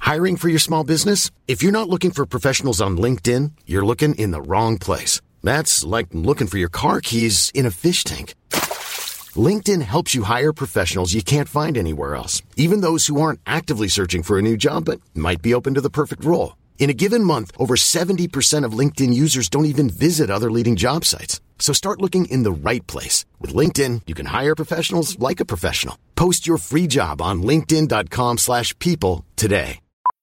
Hiring for your small business? If you're not looking for professionals on LinkedIn, you're looking in the wrong place. That's like looking for your car keys in a fish tank. LinkedIn helps you hire professionals you can't find anywhere else, even those who aren't actively searching for a new job but might be open to the perfect role. In a given month, over 70% of LinkedIn users don't even visit other leading job sites. So start looking in the right place. With LinkedIn, you can hire professionals like a professional. Post your free job on linkedin.com/people today.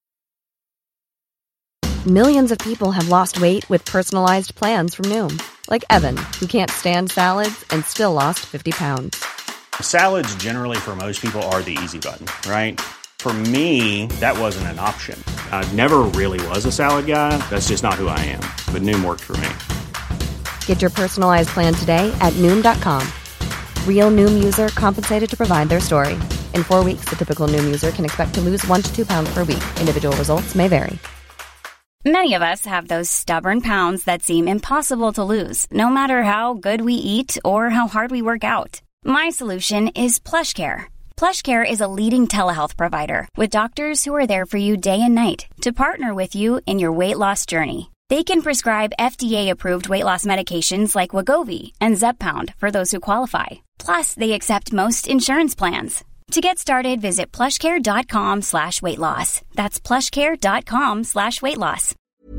Millions of people have lost weight with personalized plans from Noom. Like Evan, who can't stand salads and still lost 50 pounds. Salads generally for most people are the easy button, right? For me, that wasn't an option. I never really was a salad guy. That's just not who I am. But Noom worked for me. Get your personalized plan today at Noom.com. Real Noom user compensated to provide their story. In 4 weeks, the typical Noom user can expect to lose 1 to 2 pounds per week. Individual results may vary. Many of us have those stubborn pounds that seem impossible to lose, no matter how good we eat or how hard we work out. My solution is PlushCare. PlushCare is a leading telehealth provider with doctors who are there for you day and night to partner with you in your weight loss journey. They can prescribe FDA-approved weight loss medications like Wegovy and Zepbound for those who qualify. Plus, they accept most insurance plans. To get started, visit plushcare.com/weightloss. That's plushcare.com/weightloss.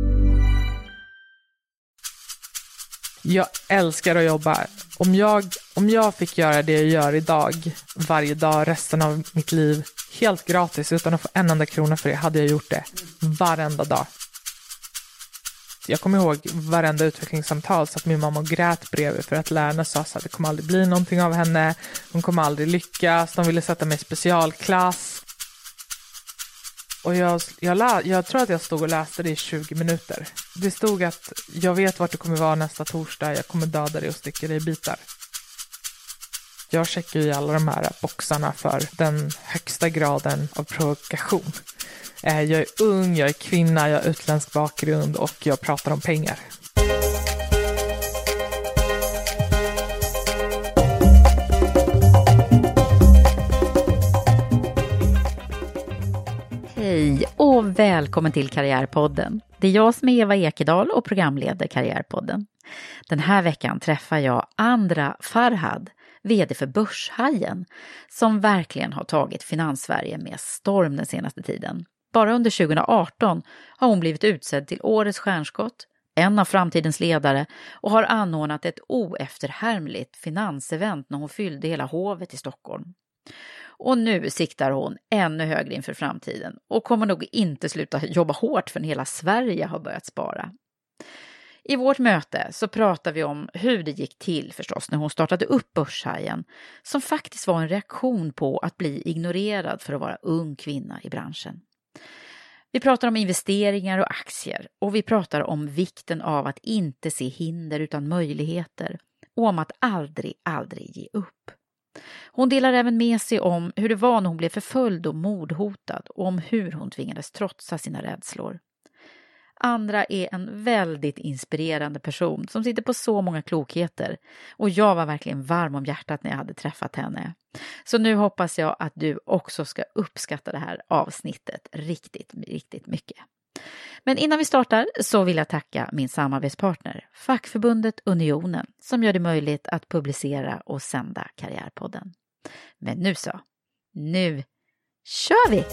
Jag älskar att jobba. Om jag fick göra det jag gör idag, varje dag, resten av mitt liv, helt gratis utan att få en enda krona för det, hade jag gjort det varenda dag. Jag kommer ihåg varenda utvecklingssamtal så att min mamma grät bredvid för att lärarna sa så att det kommer aldrig bli någonting av henne. Hon kommer aldrig lyckas. De ville sätta mig i specialklass. Och jag tror att jag stod och läste det i 20 minuter. Det stod att jag vet vart du kommer vara nästa torsdag. Jag kommer döda dig och sticka dig i bitar. Jag checkar ju alla de här boxarna för den högsta graden av provokation. Jag är ung, jag är kvinna, jag har utländsk bakgrund och jag pratar om pengar. Hej och välkommen till Karriärpodden. Det är jag som är Eva Ekedal och programleder Karriärpodden. Den här veckan träffar jag Andra Farhad, vd för Börshajen, som verkligen har tagit Finanssverige med storm den senaste tiden. Bara under 2018 har hon blivit utsedd till årets stjärnskott, en av framtidens ledare och har anordnat ett oefterhärmligt finansevent när hon fyllde hela hovet i Stockholm. Och nu siktar hon ännu högre inför framtiden och kommer nog inte sluta jobba hårt förrän hela Sverige har börjat spara. I vårt möte så pratar vi om hur det gick till förstås när hon startade upp Börshajen, som faktiskt var en reaktion på att bli ignorerad för att vara ung kvinna i branschen. Vi pratar om investeringar och aktier och vi pratar om vikten av att inte se hinder utan möjligheter och om att aldrig ge upp. Hon delar även med sig om hur det var när hon blev förföljd och mordhotad och om hur hon tvingades trotsa sina rädslor. Andra är en väldigt inspirerande person som sitter på så många klokheter och jag var verkligen varm om hjärtat när jag hade träffat henne. Så nu hoppas jag att du också ska uppskatta det här avsnittet riktigt mycket. Men innan vi startar så vill jag tacka min samarbetspartner, fackförbundet Unionen, som gör det möjligt att publicera och sända Karriärpodden. Men nu så, nu kör vi!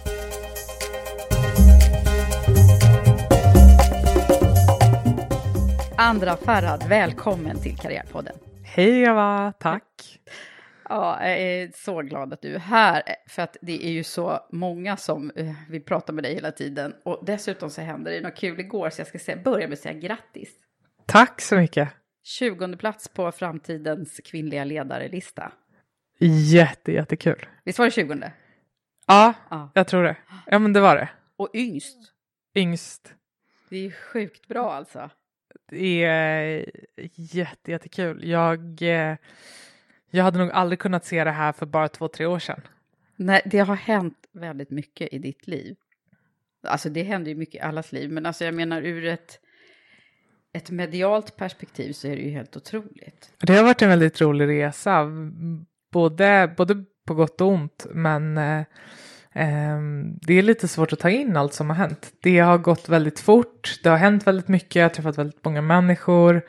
Andra Farhad, välkommen till Karriärpodden. Hej Eva, tack. Ja, jag är så glad att du är här, för att det är ju så många som vill prata med dig hela tiden. Och dessutom så hände det något kul igår, så jag ska börja med att säga grattis. Tack så mycket. 20:e plats på framtidens kvinnliga ledarlista. Jättekul. Visst var det 20:e? Ja, jag tror det. Ja, men det var det. Och yngst. Det är sjukt bra alltså. Det är jättekul. Jag hade nog aldrig kunnat se det här för bara 2-3 år sedan. Nej, det har hänt väldigt mycket i ditt liv. Alltså det händer ju mycket i allas liv. Men alltså jag menar ur ett medialt perspektiv så är det ju helt otroligt. Det har varit en väldigt rolig resa. Både på gott och ont. Men Det är lite svårt att ta in allt som har hänt. Det har gått väldigt fort. Det har hänt väldigt mycket. Jag har träffat väldigt många människor.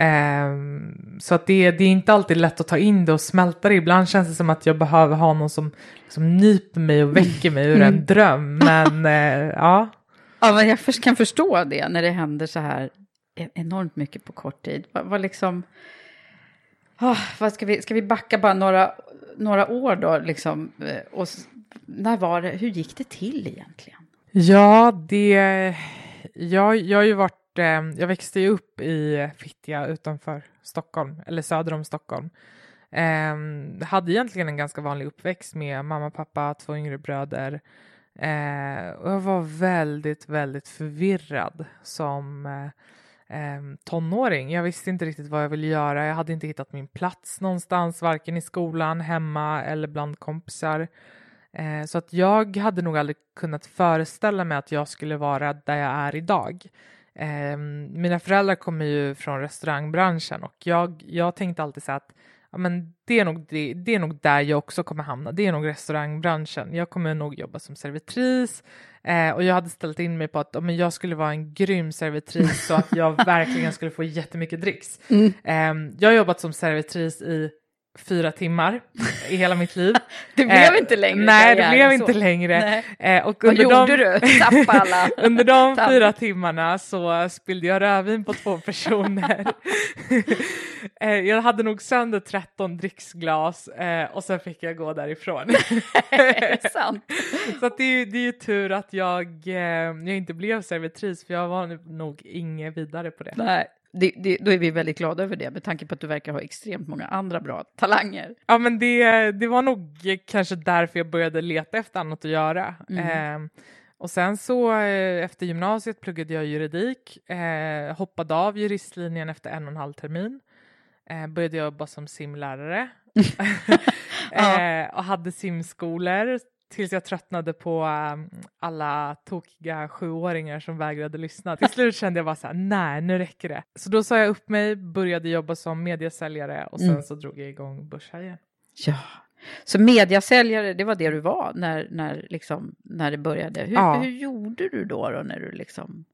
Så att det är inte alltid lätt att ta in det och smälta det. Ibland känns det som att jag behöver ha någon som nyper mig och väcker mig ur en dröm. Men ja. Ja, men jag kan förstå det när det händer så här enormt mycket på kort tid. Vad liksom... vad ska vi backa bara några år då liksom, och när var det, hur gick det till egentligen? Ja, jag har ju varit, jag växte ju upp i Fittja utanför Stockholm, eller söder om Stockholm. Hade egentligen en ganska vanlig uppväxt med mamma, pappa, 2 yngre bröder. Och jag var väldigt, väldigt förvirrad som tonåring. Jag visste inte riktigt vad jag ville göra. Jag hade inte hittat min plats någonstans, varken i skolan, hemma eller bland kompisar. Så att jag hade nog aldrig kunnat föreställa mig att jag skulle vara där jag är idag. Mina föräldrar kommer ju från restaurangbranschen och jag tänkte alltid så att ja, men det är nog där jag också kommer hamna. Det är nog restaurangbranschen. Jag kommer nog jobba som servitris. Och jag hade ställt in mig på att men jag skulle vara en grym servitris så att jag verkligen skulle få jättemycket dricks. Jag har jobbat som servitris i 4 timmar i hela mitt liv. Det blev inte längre. Nej, det blev inte längre. Och vad gjorde du? Tappa alla. Under de 4 timmarna så spillde jag rödvin på 2 personer. Jag hade nog sönder 13 dricksglas och sen fick jag gå därifrån. Sant. Så att det är ju tur att jag inte blev servitris, för jag var nog inget vidare på det. Nej. Då är vi väldigt glada över det, med tanke på att du verkar ha extremt många andra bra talanger. Ja, men det var nog kanske därför jag började leta efter annat att göra. Och sen så efter gymnasiet pluggade jag juridik, hoppade av juristlinjen efter 1,5 termin. Började jobba som simlärare och hade simskolor. Tills jag tröttnade på alla tokiga 7-åringar som vägrade lyssna. Till slut kände jag bara så här, nej, nu räcker det. Så då sa jag upp mig, började jobba som mediasäljare och sen så drog jag igång Börshajen. Ja, så mediasäljare, det var det du var när det började. Hur gjorde du då när du liksom...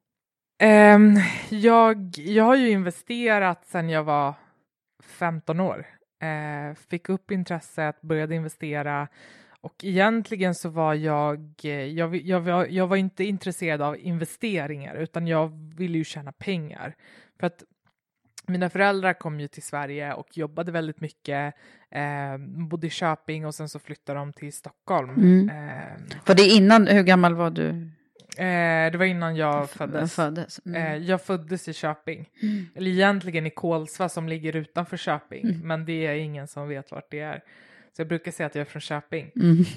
Jag har ju investerat sedan jag var 15 år. Fick upp intresset, började investera. Och egentligen så var jag var inte intresserad av investeringar, utan jag ville ju tjäna pengar. För att mina föräldrar kom ju till Sverige och jobbade väldigt mycket, bodde i Köping och sen så flyttade de till Stockholm. Var det innan, hur gammal var du? Det var innan jag föddes. Jag föddes i Köping. Eller egentligen i Kolsva som ligger utanför Köping. Men det är ingen som vet vart det är. Så jag brukar säga att jag är från Köping.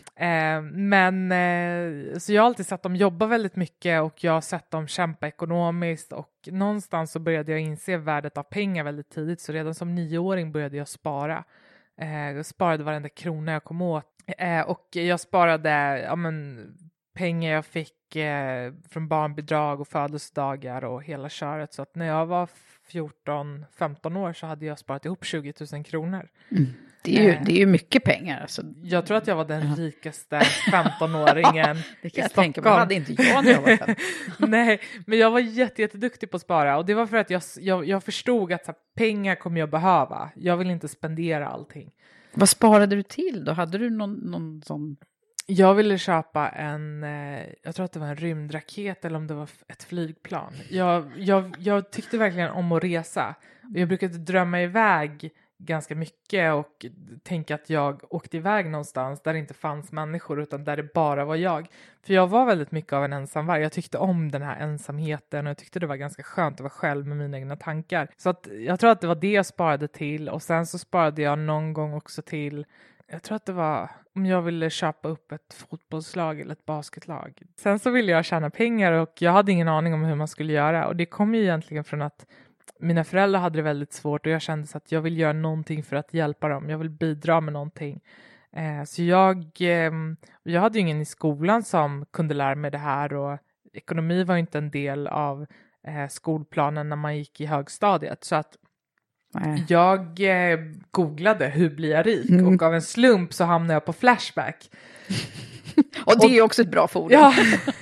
Så jag har alltid sett dem jobba väldigt mycket och jag har sett dem kämpa ekonomiskt. Och någonstans så började jag inse värdet av pengar väldigt tidigt. Så redan som 9-åring började jag spara. Jag sparade varenda krona jag kom åt. Och jag sparade pengar jag fick från barnbidrag och födelsedagar och hela köret. Så att när jag var 14-15 år så hade jag sparat ihop 20 000 kronor. Det är ju mycket pengar. Alltså. Jag tror att jag var den rikaste 15-åringen det kan i jag Stockholm. tänka mig. Hade inte jag när jag var 15. Nej, men jag var jätteduktig på att spara. Och det var för att jag förstod att så här, pengar kommer jag behöva. Jag vill inte spendera allting. Vad sparade du till då? Hade du någon sån... Jag ville köpa jag tror att det var en rymdraket eller om det var ett flygplan. Jag tyckte verkligen om att resa. Jag brukade drömma iväg ganska mycket och tänka att jag åkte iväg någonstans där det inte fanns människor utan där det bara var jag. För jag var väldigt mycket av en ensamvarg. Jag tyckte om den här ensamheten och jag tyckte det var ganska skönt att vara själv med mina egna tankar. Så att jag tror att det var det jag sparade till och sen så sparade jag någon gång också till, jag tror att det var om jag ville köpa upp ett fotbollslag eller ett basketlag. Sen så ville jag tjäna pengar och jag hade ingen aning om hur man skulle göra. Och det kom ju egentligen från att mina föräldrar hade det väldigt svårt och jag kände så att jag vill göra någonting för att hjälpa dem. Jag vill bidra med någonting. Så jag hade ju ingen i skolan som kunde lära mig det här och ekonomi var inte en del av skolplanen när man gick i högstadiet. Så att jag googlade hur blir jag rik och av en slump så hamnade jag på Flashback. Och det är också ett bra forum. Ja.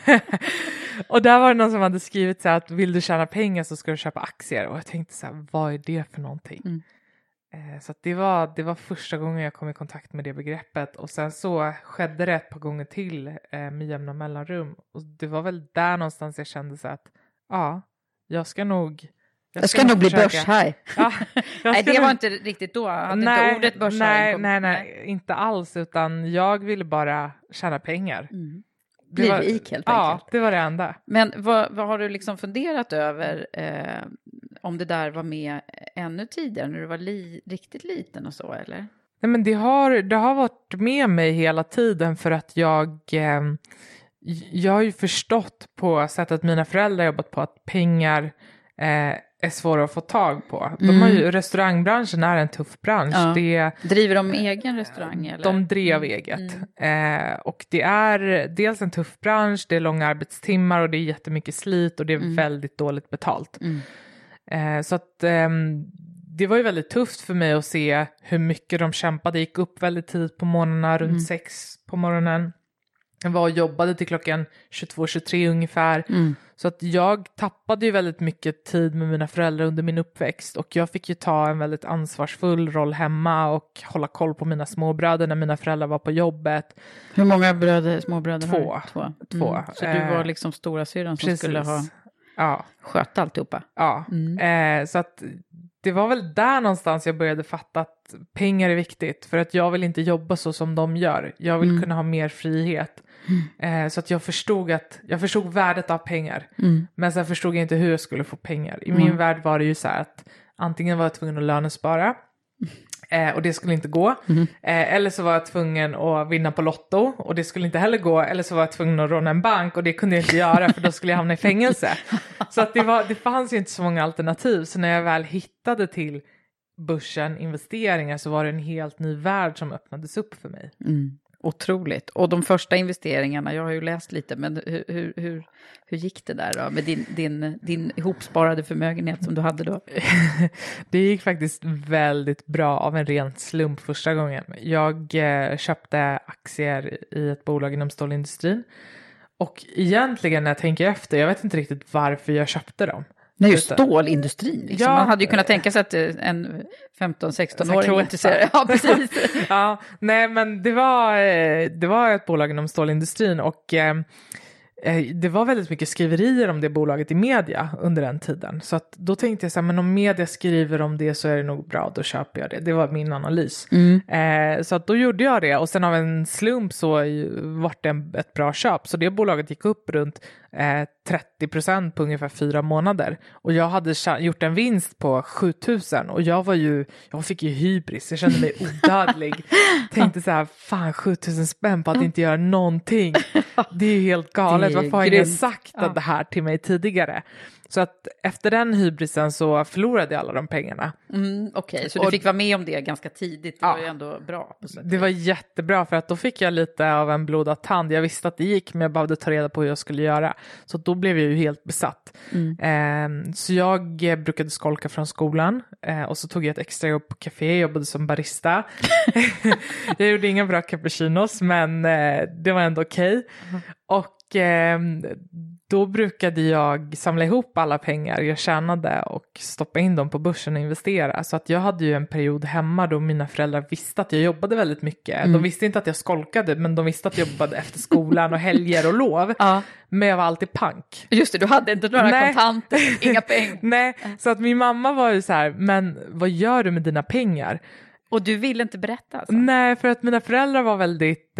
Och där var det någon som hade skrivit så här att vill du tjäna pengar så ska du köpa aktier. Och jag tänkte så här, vad är det för någonting? Så att det var första gången jag kom i kontakt med det begreppet. Och sen så skedde det ett par gånger till med jämna mellanrum. Och det var väl där någonstans jag kände så att jag ska nog bli börshaj. Ja, nej, det var inte riktigt då. Hade inte ordet börshaj. Nej, inte alls. Utan jag ville bara tjäna pengar. Bli rik helt enkelt. Ja, det var det enda. Men vad har du liksom funderat över om det där var med ännu tidigare när du var riktigt liten och så, eller? Nej, men det har varit med mig hela tiden för att jag har ju förstått på sättet att mina föräldrar jobbat på att pengar är svåra att få tag på. Restaurangbranschen är en tuff bransch. Ja. Driver de egen restaurang? Eller? De drev eget. Och det är dels en tuff bransch, det är långa arbetstimmar och det är jättemycket slit och det är väldigt dåligt betalt. Så att det var ju väldigt tufft för mig att se hur mycket de kämpade. Jag gick upp väldigt tidigt på morgnarna, runt 6 på morgonen. Jag var och jobbade till klockan 22-23 ungefär. Så att jag tappade ju väldigt mycket tid med mina föräldrar under min uppväxt. Och jag fick ju ta en väldigt ansvarsfull roll hemma och hålla koll på mina småbröder när mina föräldrar var på jobbet. Hur många småbröder? 2. Så du var liksom stora syrran som skulle ha sköta alltihopa? Ja, så att det var väl där någonstans jag började fatta att pengar är viktigt. För att jag vill inte jobba så som de gör. Jag vill kunna ha mer frihet. Så att jag förstod värdet av pengar. Men sen förstod jag inte hur jag skulle få pengar. I min värld var det ju så här att antingen var jag tvungen att lönespara. Och det skulle inte gå. Eller så var jag tvungen att vinna på Lotto. Och det skulle inte heller gå. Eller så var jag tvungen att råna en bank. Och det kunde jag inte göra för då skulle jag hamna i fängelse. Så att det fanns ju inte så många alternativ. Så när jag väl hittade till börsen, investeringar, så var det en helt ny värld som öppnades upp för mig. Otroligt. Och de första investeringarna, jag har ju läst lite, men hur gick det där då med din ihopsparade förmögenhet som du hade då? Det gick faktiskt väldigt bra av en ren slump första gången. Jag köpte aktier i ett bolag inom stålindustrin. Och egentligen när jag tänker efter, jag vet inte riktigt varför jag köpte dem. Nej, just stålindustrin. Liksom. Ja, man hade ju kunnat tänka sig att en 15-16-åring var intresserad. Ja, precis. Ja, nej, men det var ett bolag inom stålindustrin och det var väldigt mycket skriverier om det bolaget i media under den tiden. Så att då tänkte jag så här, men om media skriver om det så är det nog bra, då köper jag det. Det var min analys. Så att då gjorde jag det och sen av en slump så var det ett bra köp. Så det bolaget gick upp runt 30% på ungefär 4 månader. Och jag hade gjort en vinst på 7000 och jag fick ju hybris. Jag kände mig odödlig. Tänkte så här, fan 7000 spänn på att inte göra någonting. Det är ju helt galet. Varför har ingen sagt det här till mig tidigare? Så att efter den hybrisen så förlorade jag alla de pengarna. Okej, så du fick vara med om det ganska tidigt. Det var ju ändå bra. Det var jättebra för att då fick jag lite av en blodad tand. Jag visste att det gick men jag behövde ta reda på hur jag skulle göra. Så då blev jag ju helt besatt. Så jag brukade skolka från skolan och så tog jag ett extra jobb på café. Jag jobbade som barista. Jag gjorde inga bra cappuccinos men det var ändå okej. Och då brukade jag samla ihop alla pengar jag tjänade och stoppa in dem på börsen och investera. Så att jag hade ju en period hemma då mina föräldrar visste att jag jobbade väldigt mycket. De visste inte att jag skolkade, men de visste att jag jobbade efter skolan och helger och lov. Men jag var alltid pank. Just det, du hade inte några kontanter, inga pengar. Nej, så att min mamma var ju så här, men vad gör du med dina pengar? Och du ville inte berätta? Alltså. Nej, för att mina föräldrar var väldigt...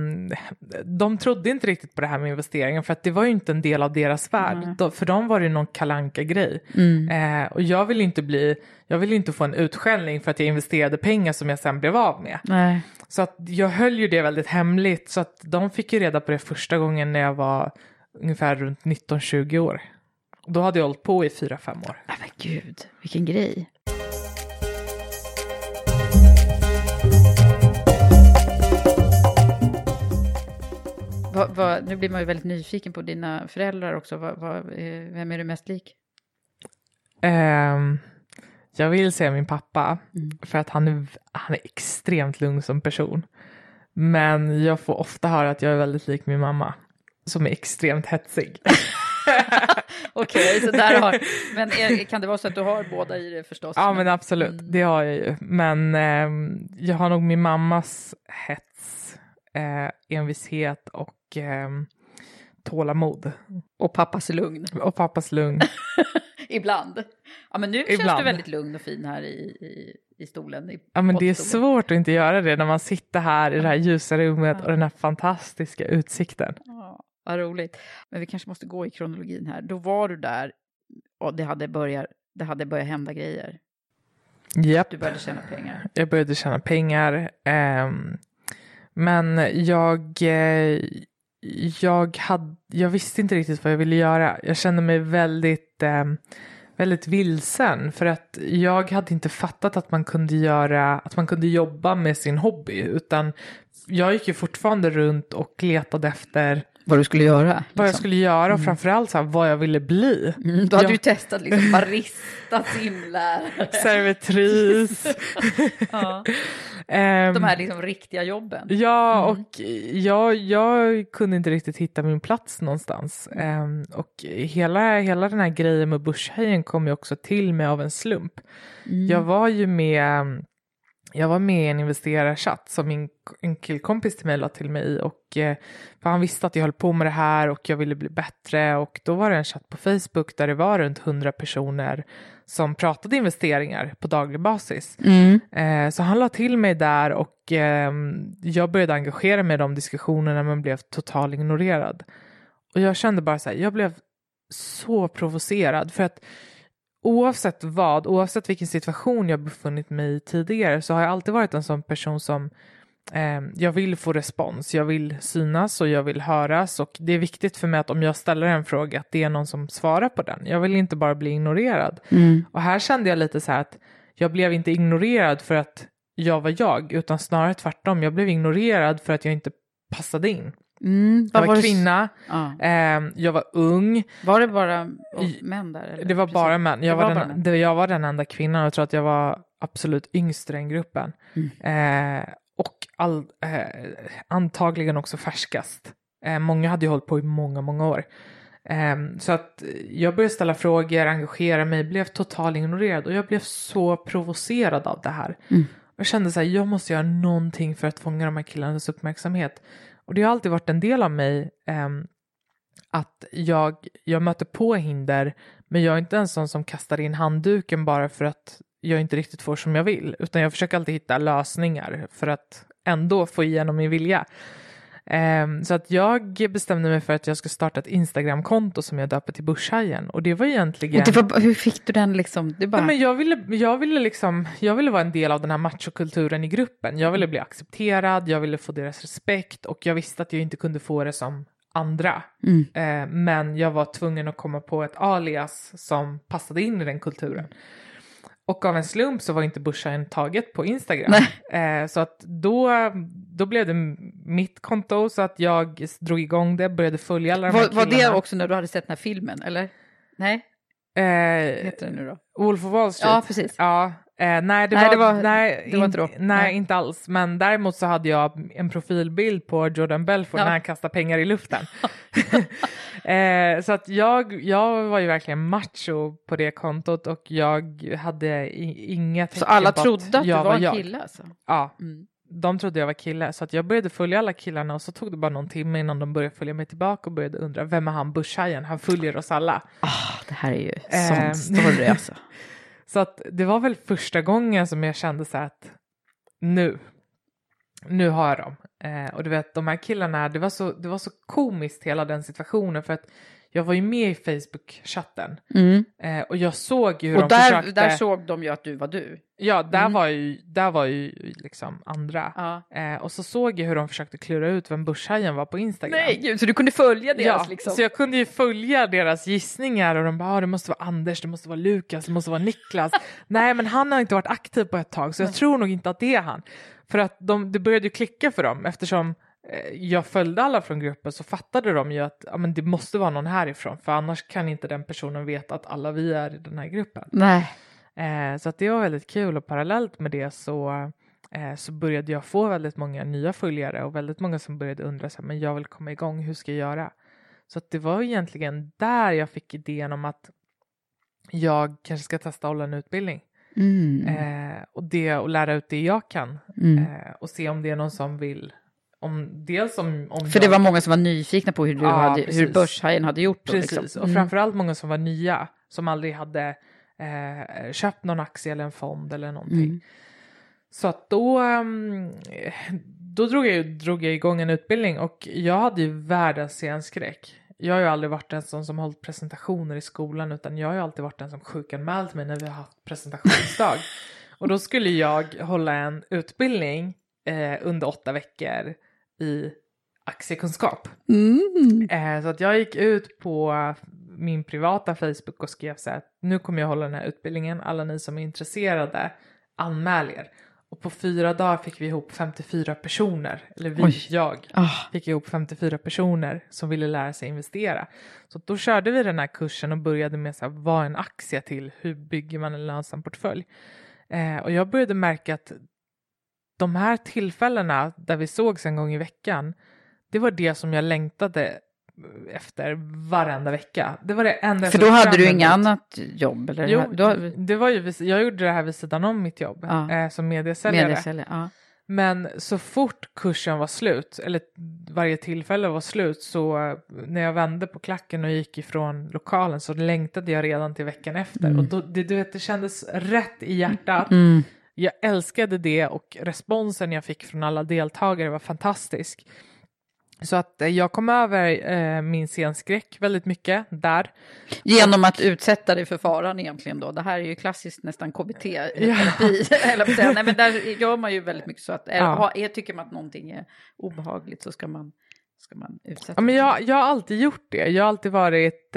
de trodde inte riktigt på det här med investeringen. För att det var ju inte en del av deras värld. För dem var det någon kalanka-grej. Och jag ville inte få en utskällning för att jag investerade pengar som jag sen blev av med. Nej. Så att jag höll ju det väldigt hemligt. Så att de fick ju reda på det första gången när jag var ungefär runt 19-20 år. Då hade jag hållit på i 4-5 år. Nej men gud, vilken grej. Nu blir man ju väldigt nyfiken på dina föräldrar också. Vem är du mest lik? Jag vill säga min pappa. För att han är extremt lugn som person. Men jag får ofta höra att jag är väldigt lik min mamma. Som är extremt hetsig. Okej, så där har... Men kan det vara så att du har båda i det förstås? Ja, men absolut. Det har jag ju. Men jag har nog min mammas hets, envishet och tålamod. Och pappas lugn. Och pappas lugn. Ibland. Ja, men nu känns du väldigt lugn och fin här i stolen. Ja, men det är svårt att inte göra det när man sitter här i det här ljusa rummet och den här fantastiska utsikten. Ja, vad roligt. Men vi kanske måste gå i kronologin här. Då var du där och det hade börjat hända grejer. Japp. Du började tjäna pengar. Jag började tjäna pengar. Men jag visste inte riktigt vad jag ville göra. Jag kände mig väldigt vilsen, för att jag hade inte fattat att man kunde jobba med sin hobby, utan jag gick ju fortfarande runt och letade efter vad du skulle göra. Liksom. Vad jag skulle göra och framförallt så här, vad jag ville bli. Du hade ju testat liksom barista, simlärare. Servitris. Ja. De här liksom riktiga jobben. Ja, och jag kunde inte riktigt hitta min plats någonstans. Och hela den här grejen med Börshajen kom ju också till mig av en slump. Jag var med i en investerarchatt som en killkompis till mig la till mig i, och för han visste att jag höll på med det här och jag ville bli bättre, och då var det en chatt på Facebook där det var runt 100 personer som pratade investeringar på daglig basis. Så han la till mig där, och jag började engagera mig i de diskussionerna, men blev totalt ignorerad. Och jag kände bara så här, jag blev så provocerad, för att oavsett vilken situation jag befunnit mig i tidigare, så har jag alltid varit en sån person som jag vill få respons, jag vill synas och jag vill höras, och det är viktigt för mig att om jag ställer en fråga att det är någon som svarar på den. Jag vill inte bara bli ignorerad. Och här kände jag lite så här att jag blev inte ignorerad för att jag var jag, utan snarare tvärtom. Jag blev ignorerad för att jag inte passade in. Jag var kvinna, jag var ung. Var det bara män där? Eller? Det var bara män. Jag var den enda kvinnan, och jag tror att jag var absolut yngst i den gruppen. Och antagligen också färskast. Många hade ju hållit på i många, många år. Så att jag började ställa frågor, engagera mig, blev totalt ignorerad. Och jag blev så provocerad av det här. Jag kände så här, jag måste göra någonting för att fånga de här killarnas uppmärksamhet. Och det har alltid varit en del av mig att jag möter på hinder, men jag är inte en sån som kastar in handduken bara för att jag inte riktigt får som jag vill. Utan jag försöker alltid hitta lösningar för att ändå få igenom min vilja. Så att jag bestämde mig för att jag ska starta ett Instagram-konto som jag döper till Börshajen. Och det var egentligen... hur fick du den liksom? Det bara... Nej, men jag ville vara en del av den här machokulturen i gruppen. Jag ville bli accepterad, jag ville få deras respekt, och jag visste att jag inte kunde få det som andra. Men jag var tvungen att komma på ett alias som passade in i den kulturen. Och av en slump så var inte Börshajen taget på Instagram. Så att då blev det mitt konto, så att jag drog igång det, började följa alla de här killarna. Var det också när du hade sett den här filmen, eller? Nej? Heter det nu då? Wolf of Wall Street. Ja, precis. Ja. Det var inte då. Nej, inte alls. Men däremot så hade jag en profilbild på Jordan Belfort när han kastar pengar i luften. Så att jag var ju verkligen macho på det kontot, och jag hade inga tecken. Så alla trodde att du var en kille alltså? Ja, de trodde jag var kille. Så att jag började följa alla killarna, och så tog det bara någon timme innan de började följa mig tillbaka och började undra, vem är han Börshajen? Han följer oss alla. Det här är ju sån story alltså. Så att det var väl första gången som jag kände så att nu har jag dem. Och du vet, de här killarna, det var så komiskt hela den situationen, för att jag var ju med i Facebook-chatten. Och jag såg hur de försökte... Och där såg de ju att du var du. Ja, där var ju liksom andra. Och så såg jag hur de försökte klura ut vem Börshajen var på Instagram. Nej, gud, så du kunde följa deras liksom? Så jag kunde ju följa deras gissningar, och de bara, det måste vara Anders, det måste vara Lukas, det måste vara Niklas. Nej, men han har inte varit aktiv på ett tag, så jag tror nog inte att det är han. För att det började ju klicka för dem, eftersom jag följde alla från gruppen, så fattade de ju att men det måste vara någon härifrån, för annars kan inte den personen veta att alla vi är i den här gruppen. Nej. Så att det var väldigt kul, och parallellt med det så så började jag få väldigt många nya följare och väldigt många som började undra så här, men jag vill komma igång, hur ska jag göra? Så att det var egentligen där jag fick idén om att jag kanske ska testa att hålla en utbildning. Och lära ut det jag kan. Och se om det är någon som vill. För det var många som var nyfikna på hur Börshajen hade gjort. Precis, liksom. Och framförallt många som var nya. Som aldrig hade köpt någon aktie eller en fond eller någonting. Så att då drog jag igång en utbildning. Och jag hade ju världens scenskräck. Jag har ju aldrig varit en sån som hållit presentationer i skolan, utan jag har ju alltid varit den som sjukanmält mig när vi har haft presentationsdag. Och då skulle jag hålla en utbildning under 8 veckor i aktiekunskap. Så att jag gick ut på min privata Facebook och skrev så här: nu kommer jag hålla den här utbildningen. Alla ni som är intresserade, anmäl er. Och på 4 dagar fick vi ihop 54 personer. Eller jag fick ihop 54 personer som ville lära sig investera. Så då körde vi den här kursen och började med så här, vad är en aktie till? Hur bygger man en lönsam portfölj? Och jag började märka att de här tillfällena där vi sågs en gång i veckan, det var det som jag längtade efter varenda vecka. Det var det enda. För då hade du inget annat jobb? Eller? Jo, det var ju, jag gjorde det här vid sidan om mitt jobb som mediesäljare. Ja. Men så fort kursen var slut, eller varje tillfälle var slut, så när jag vände på klacken och gick ifrån lokalen så längtade jag redan till veckan efter. Och då, det kändes rätt i hjärtat. Jag älskade det och responsen jag fick från alla deltagare var fantastisk. Så att jag kom över min scenskräck väldigt mycket där. Genom att utsätta dig för faran egentligen då. Det här är ju klassiskt nästan KBT-terapi. Nej, men där gör man ju väldigt mycket så att tycker man att någonting är obehagligt så ska man utsätta. Ja, men jag har alltid gjort det. Jag har alltid varit,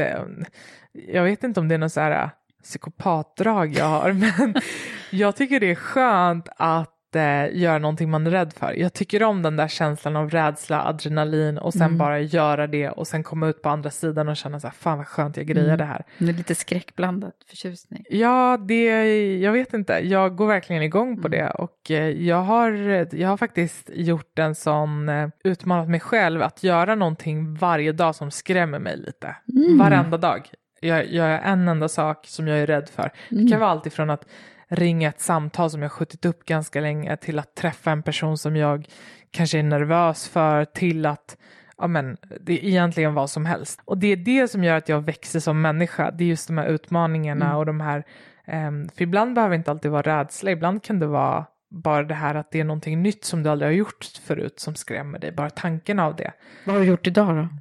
jag vet inte om det är någon så här psykopatdrag jag har, men jag tycker det är skönt att göra någonting man är rädd för. Jag tycker om den där känslan av rädsla, adrenalin och sen bara göra det och sen komma ut på andra sidan och känna så här, fan vad skönt jag grejer det här. Det är lite skräckblandat förtjusning. Ja, jag vet inte. Jag går verkligen igång på det och jag har faktiskt gjort en sån utmanat mig själv att göra någonting varje dag som skrämmer mig lite. Varenda dag. Jag gör en enda sak som jag är rädd för. Det kan vara allt ifrån att ringa ett samtal som jag skjutit upp ganska länge till att träffa en person som jag kanske är nervös för till att det är egentligen vad som helst. Och det är det som gör att jag växer som människa. Det är just de här utmaningarna och de här för ibland behöver det inte alltid vara rädsla. Ibland kan det vara bara det här att det är någonting nytt som du aldrig har gjort förut som skrämmer dig. Bara tanken av det. Vad har du gjort idag då?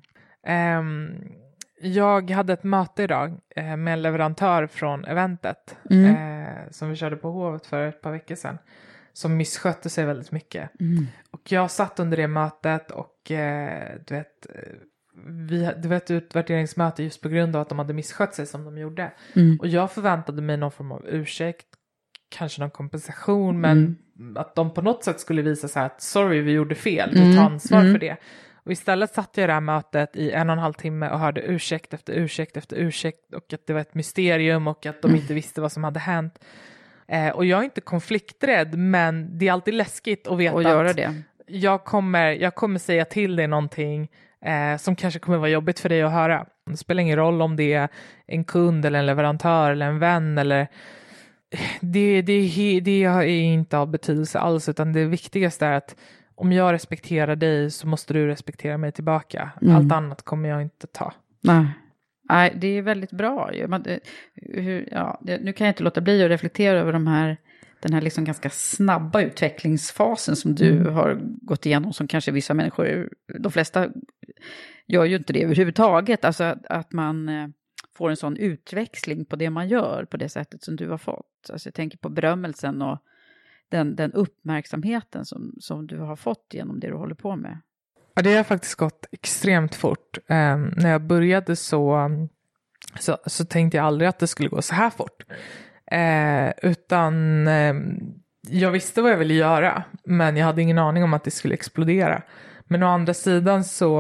Jag hade ett möte idag med en leverantör från eventet som vi körde på Hovet för ett par veckor sedan. Som misskötte sig väldigt mycket. Och jag satt under det mötet och det var ett utvärderingsmöte just på grund av att de hade misskött sig som de gjorde. Och jag förväntade mig någon form av ursäkt, kanske någon kompensation, men att de på något sätt skulle visa så här att sorry, vi gjorde fel, vi tar ansvar för det. Och istället satt jag i det här mötet i 1,5 timme och hörde ursäkt efter ursäkt efter ursäkt och att det var ett mysterium och att de inte visste vad som hade hänt. Och jag är inte konflikträdd, men det är alltid läskigt att veta göra det. Jag kommer säga till dig någonting som kanske kommer vara jobbigt för dig att höra. Det spelar ingen roll om det är en kund eller en leverantör eller en vän eller... Det är inte av betydelse alls, utan det viktigaste är att om jag respekterar dig så måste du respektera mig tillbaka. Allt annat kommer jag inte ta. Nej, det är väldigt bra. Nu kan jag inte låta bli att reflektera över den här liksom ganska snabba utvecklingsfasen som du har gått igenom, som kanske vissa människor, de flesta gör ju inte det överhuvudtaget. Alltså att man får en sån utväxling på det man gör på det sättet som du har fått. Alltså jag tänker på berömmelsen och den uppmärksamheten som du har fått genom det du håller på med. Ja, det har faktiskt gått extremt fort. När jag började så tänkte jag aldrig att det skulle gå så här fort. Utan jag visste vad jag ville göra, men jag hade ingen aning om att det skulle explodera. Men å andra sidan så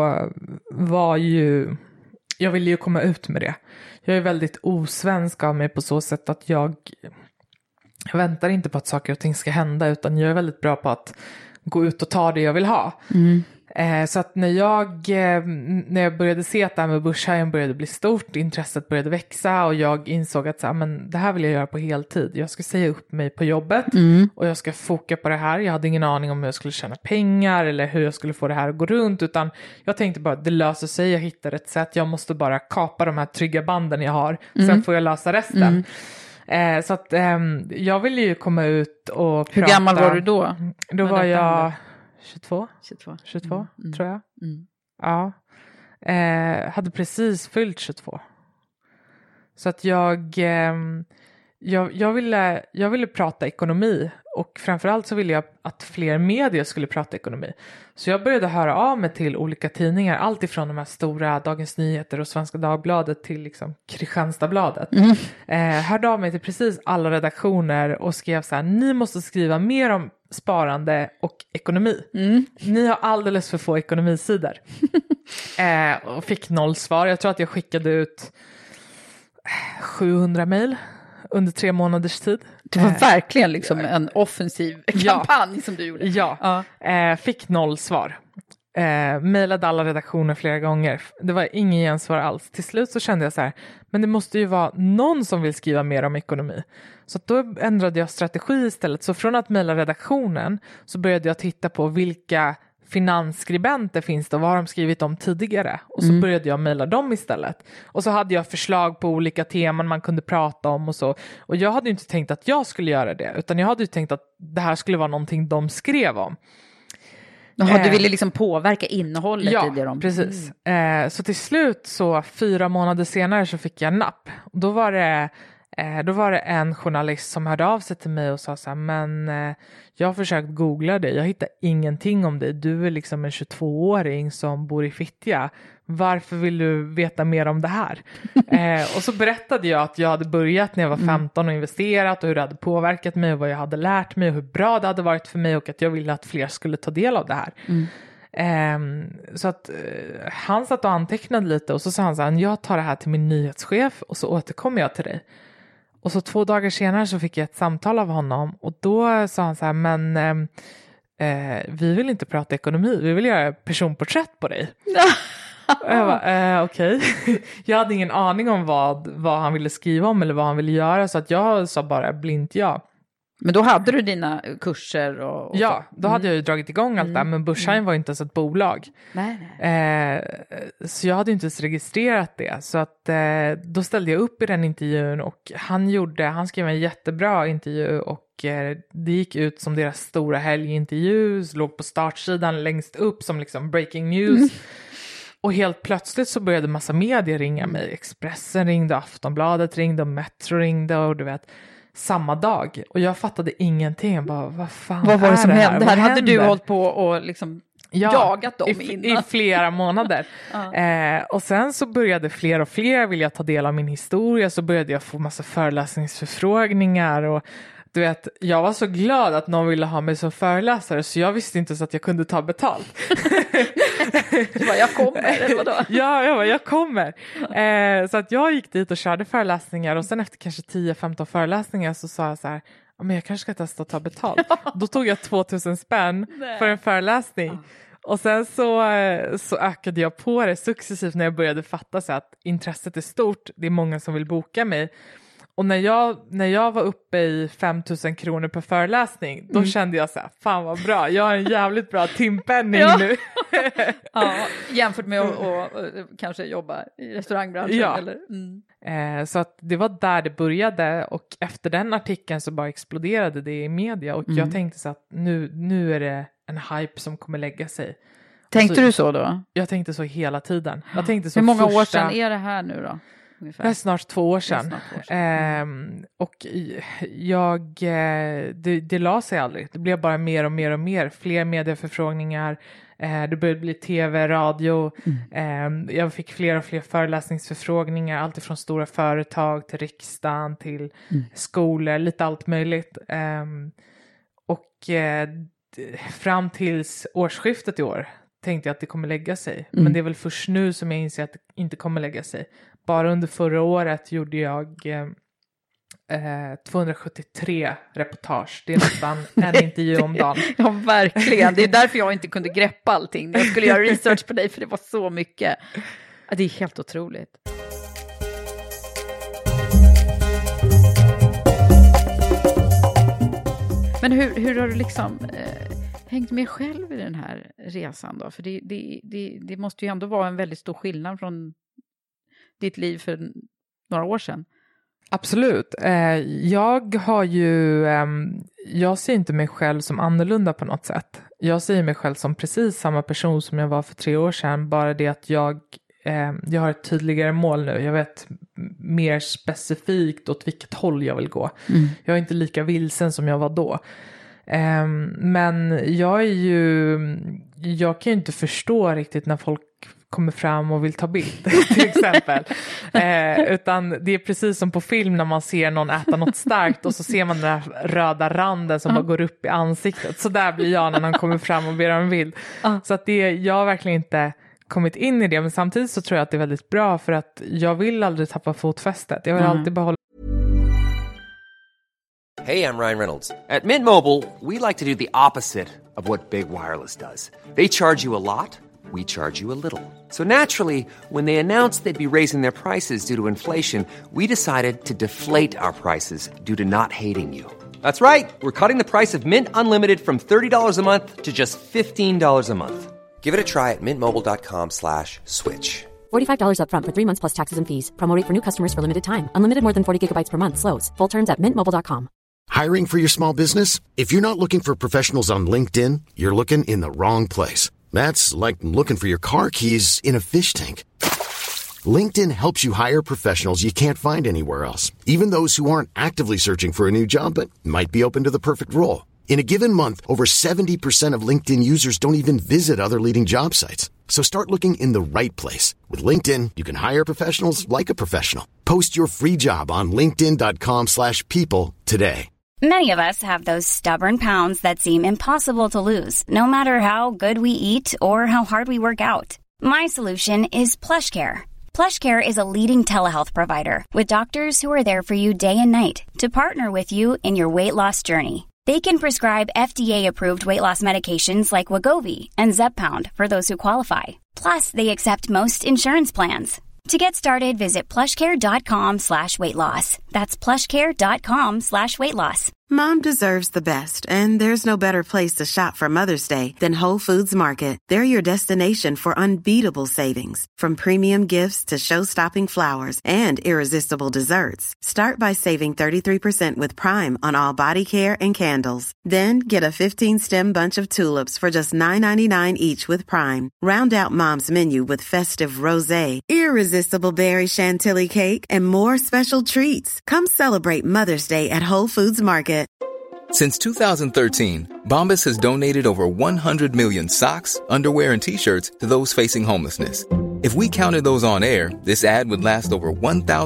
jag ville ju komma ut med det. Jag är väldigt osvensk av mig på så sätt att Jag väntar inte på att saker och ting ska hända, utan jag är väldigt bra på att gå ut och ta det jag vill ha. Så att när jag började se att det här med börshajen började bli stort, intresset började växa och jag insåg att men det här vill jag göra på heltid. Jag ska säga upp mig på jobbet och jag ska foka på det här. Jag hade ingen aning om hur jag skulle tjäna pengar eller hur jag skulle få det här att gå runt, utan jag tänkte bara att det löser sig, jag hittar ett sätt. Jag måste bara kapa de här trygga banden jag har, sen får jag lösa resten. Så att jag ville ju komma ut och prata. Hur gammal var du då? Då var jag 22 tror jag. Ja. Hade precis fyllt 22. Så att jag ville prata ekonomi, och framförallt så ville jag att fler medier skulle prata ekonomi. Så jag började höra av mig till olika tidningar, allt ifrån de här stora Dagens Nyheter och Svenska Dagbladet till liksom Kristianstadsbladet. Hörde av mig till precis alla redaktioner och skrev så här: ni måste skriva mer om sparande och ekonomi. Ni har alldeles för få ekonomisidor. Och fick 0 svar. Jag tror att jag skickade ut 700 mejl under 3 månaders tid. Det var verkligen liksom en offensiv kampanj som du gjorde. Ja. Fick 0 svar. Mejlade alla redaktioner flera gånger. Det var ingen gensvar alls. Till slut så kände jag så här, men det måste ju vara någon som vill skriva mer om ekonomi. Så att då ändrade jag strategi istället. Så från att mejla redaktionen så började jag titta på vilka finansskribenter finns det och vad har de skrivit om tidigare. Och så började jag mejla dem istället. Och så hade jag förslag på olika teman man kunde prata om och så. Och jag hade ju inte tänkt att jag skulle göra det, utan jag hade ju tänkt att det här skulle vara någonting de skrev om. Jaha, du ville liksom påverka innehållet i det de... Precis. Så till slut, så 4 månader senare, så fick jag napp. Då var det en journalist som hörde av sig till mig och sa så här: men jag har försökt googla dig, jag hittar ingenting om dig. Du är liksom en 22-åring som bor i Fittja. Varför vill du veta mer om det här? Och så berättade jag att jag hade börjat när jag var 15 och investerat och hur det hade påverkat mig och vad jag hade lärt mig och hur bra det hade varit för mig och att jag ville att fler skulle ta del av det här. Så att han satt och antecknade lite och så sa han så här: jag tar det här till min nyhetschef och så återkommer jag till dig. Och så 2 dagar senare så fick jag ett samtal av honom och då sa han så här: men vi vill inte prata ekonomi, vi vill göra personporträtt på dig. Och jag bara, okej. Jag hade ingen aning om vad han ville skriva om eller vad han ville göra, så att jag sa bara blint ja. Men då hade du dina kurser och ja, då hade jag ju dragit igång allt det, men Börshajen var inte ens ett bolag. Så jag hade inte ens registrerat det. Så att då ställde jag upp i den intervjun och han skrev en jättebra intervju och det gick ut som deras stora helgintervju, låg på startsidan längst upp som liksom breaking news. Och helt plötsligt så började massa medier ringa mig. Expressen ringde, Aftonbladet ringde och Metro ringde och du vet, samma dag. Och jag fattade ingenting. Jag bara, vad var det som hände? Här hade du hållit på och liksom jagat dem i flera månader. Och sen så började fler och fler vilja ta del av min historia. Så började jag få massa föreläsningsförfrågningar och du vet, jag var så glad att någon ville ha mig som föreläsare så jag visste inte så att jag kunde ta betalt. Du bara, jag kommer, eller vadå? Ja, jag kommer. Så att jag gick dit och körde föreläsningar och sen efter kanske 10-15 föreläsningar så sa jag så här: men jag kanske ska testa att ta betalt. Då tog jag 2000 spänn för en föreläsning. Och sen så ökade jag på det successivt när jag började fatta så att intresset är stort. Det är många som vill boka mig. Och när jag var uppe i 5 000 kronor per föreläsning, då kände jag så här, fan vad bra, jag har en jävligt bra timpenning nu. Ja, jämfört med att kanske jobba i restaurangbranschen. Ja. Eller? Så att det var där det började och efter den artikeln så bara exploderade det i media och jag tänkte så att nu är det en hype som kommer lägga sig. Tänkte du så då? Jag tänkte så hela tiden. Jag tänkte så hur många år sedan är det här nu då? Det är snart 2 år sedan. Och det la sig aldrig. Det blev bara mer och mer och mer. Fler medieförfrågningar. Det började bli tv, radio. Jag fick fler och fler föreläsningsförfrågningar. Allt ifrån stora företag till riksdagen till skolor. Lite allt möjligt. Fram tills årsskiftet i år tänkte jag att det kommer lägga sig. Men det är väl först nu som jag inser att det inte kommer lägga sig. Bara under förra året gjorde jag 273 reportage. Det är nästan en intervju om dagen. Ja, verkligen. Det är därför jag inte kunde greppa allting. Jag skulle göra research på dig för det var så mycket. Det är helt otroligt. Men hur har du liksom hängt med själv i den här resan då? För det måste ju ändå vara en väldigt stor skillnad från ditt liv för några år sedan. Absolut. Jag ser inte mig själv som annorlunda på något sätt. Jag ser mig själv som precis samma person som jag var för 3 år sedan. Bara det att jag har ett tydligare mål nu. Jag vet mer specifikt åt vilket håll jag vill gå. Jag är inte lika vilsen som jag var då. Men jag kan ju inte förstå riktigt när folk kommer fram och vill ta bild till exempel. Utan det är precis som på film när man ser någon äta något starkt och så ser man den där röda randen som bara går upp i ansiktet. Så där blir jag när någon kommer fram och ber om en bild. Så att jag har verkligen inte kommit in i det, men samtidigt så tror jag att det är väldigt bra för att jag vill aldrig tappa fotfästet. Jag vill alltid behålla. Hey, I'm Ryan Reynolds. At Mint Mobile, we like to do the opposite of what Big Wireless does. They charge you a lot, we charge you a little. So naturally, when they announced they'd be raising their prices due to inflation, we decided to deflate our prices due to not hating you. That's right. We're cutting the price of Mint Unlimited from $30 a month to just $15 a month. Give it a try at mintmobile.com/switch. $45 up front for 3 months plus taxes and fees. Promo rate for new customers for limited time. Unlimited more than 40 gigabytes per month slows. Full terms at mintmobile.com. Hiring for your small business? If you're not looking for professionals on LinkedIn, you're looking in the wrong place. That's like looking for your car keys in a fish tank. LinkedIn helps you hire professionals you can't find anywhere else, even those who aren't actively searching for a new job but might be open to the perfect role. In a given month, over 70% of LinkedIn users don't even visit other leading job sites. So start looking in the right place. With LinkedIn, you can hire professionals like a professional. Post your free job on linkedin.com/people today. Many of us have those stubborn pounds that seem impossible to lose, no matter how good we eat or how hard we work out. My solution is PlushCare. PlushCare is a leading telehealth provider with doctors who are there for you day and night to partner with you in your weight loss journey. They can prescribe FDA-approved weight loss medications like Wegovy and Zepbound for those who qualify. Plus, they accept most insurance plans. To get started, visit plushcare.com/weightloss. That's plushcare.com/weightloss. Mom deserves the best, and there's no better place to shop for Mother's Day than Whole Foods Market. They're your destination for unbeatable savings, from premium gifts to show-stopping flowers and irresistible desserts. Start by saving 33% with Prime on all body care and candles. Then get a 15-stem bunch of tulips for just $9.99 each with Prime. Round out Mom's menu with festive rosé, irresistible berry chantilly cake, and more special treats. Come celebrate Mother's Day at Whole Foods Market. Since 2013, Bombas has donated over 100 million socks, underwear, and T-shirts to those facing homelessness. If we counted those on air, this ad would last over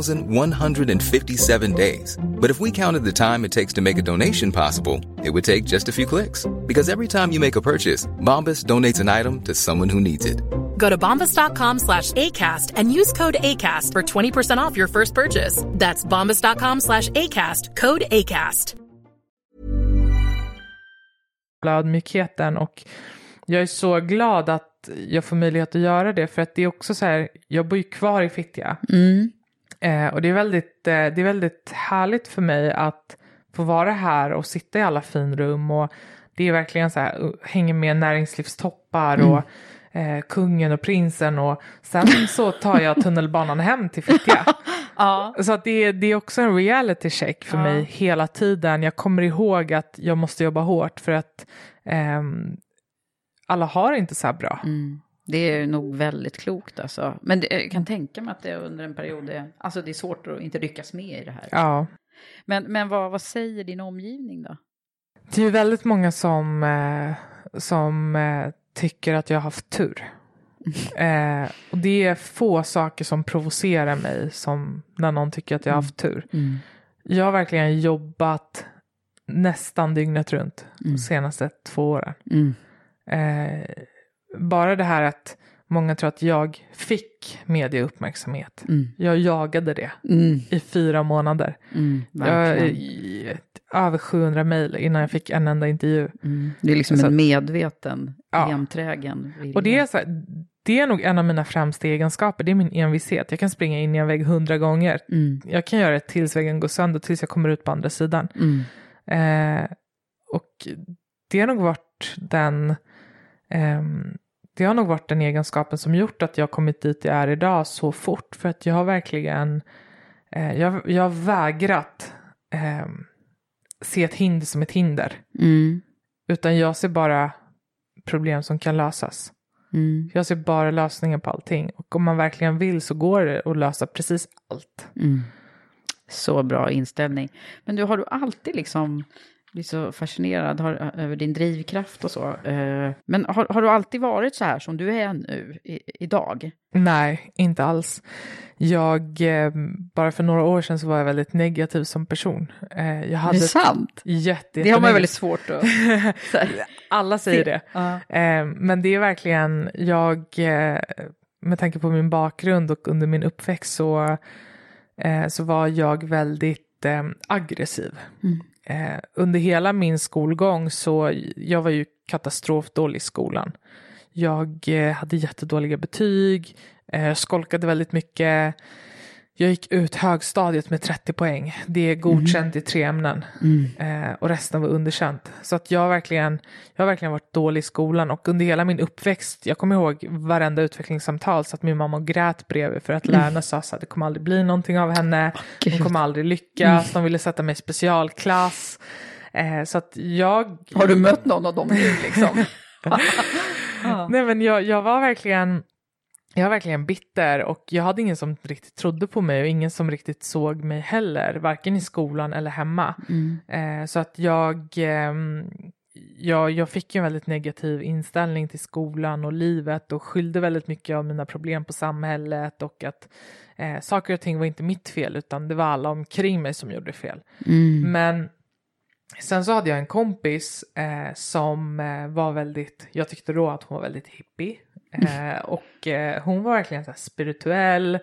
1,157 days. But if we counted the time it takes to make a donation possible, it would take just a few clicks. Because every time you make a purchase, Bombas donates an item to someone who needs it. Go to bombas.com/ACAST and use code ACAST for 20% off your first purchase. That's bombas.com/ACAST, code ACAST. Ödmjukheten, och jag är så glad att jag får möjlighet att göra det, för att det är också så här, jag bor ju kvar i Fittja. Och det är väldigt härligt för mig att få vara här och sitta i alla finrum, och det är verkligen så här, hänger med näringslivstoppar och kungen och prinsen, och sen så tar jag tunnelbanan hem till Fittja. Så att det är också en reality check för mig hela tiden. Jag kommer ihåg att jag måste jobba hårt, för att alla har inte så här bra. Det är nog väldigt klokt alltså. Men jag kan tänka mig att det under en period alltså det är svårt att inte lyckas med i det här. Ja. Men vad säger din omgivning då? Det är ju väldigt många som tycker att jag har haft tur. Och det är få saker som provocerar mig som när någon tycker att jag har haft tur. Jag har verkligen jobbat nästan dygnet runt de senaste 2 åren. Bara det här att många tror att jag fick medieuppmärksamhet. Jag jagade det i 4 månader. Över 700 mejl innan jag fick en enda intervju. Det är liksom en medveten, enträgen vilja. Och det är så här, det är nog en av mina främsta egenskaper. Det är min envishet. Jag kan springa in i en vägg 100 gånger. Jag kan göra det tills väggen går sönder, tills jag kommer ut på andra sidan. Och det har nog varit den egenskapen som gjort att jag kommit dit jag är idag så fort. För att jag har verkligen jag har vägrat se ett hinder som ett hinder. Utan jag ser bara problem som kan lösas. Jag ser bara lösningen på allting. Och om man verkligen vill så går det att lösa precis allt. Så bra inställning. Men har du alltid liksom blivit så fascinerad över din drivkraft och så? Men har du alltid varit så här som du är nu idag? Nej, inte alls. Bara för några år sedan så var jag väldigt negativ som person. Jag hade det är sant? Det har man ju väldigt svårt att... Alla säger det. Men det är verkligen, med tanke på min bakgrund och under min uppväxt så var jag väldigt aggressiv. Under hela min skolgång så jag var ju katastrofdålig i skolan. Jag hade jättedåliga betyg, skolkade väldigt mycket. Jag gick ut högstadiet med 30 poäng. Det är godkänt i 3 ämnen. Och resten var underkänt. Så att jag har verkligen varit dålig i skolan. Och under hela min uppväxt, jag kommer ihåg varenda utvecklingssamtal så att min mamma grät bredvid för att lärarna sa att det kommer aldrig bli någonting av henne. Hon kommer aldrig lyckas. De ville sätta mig i specialklass. Så att Har du mött någon av dem nu liksom? Nej, men jag var verkligen bitter och jag hade ingen som riktigt trodde på mig och ingen som riktigt såg mig heller, varken i skolan eller hemma. Så att jag fick en väldigt negativ inställning till skolan och livet och skyllde väldigt mycket av mina problem på samhället och att saker och ting var inte mitt fel utan det var alla omkring mig som gjorde fel. Men sen så hade jag en kompis som var väldigt, jag tyckte då att hon var väldigt hippie. Och hon var verkligen så här spirituell,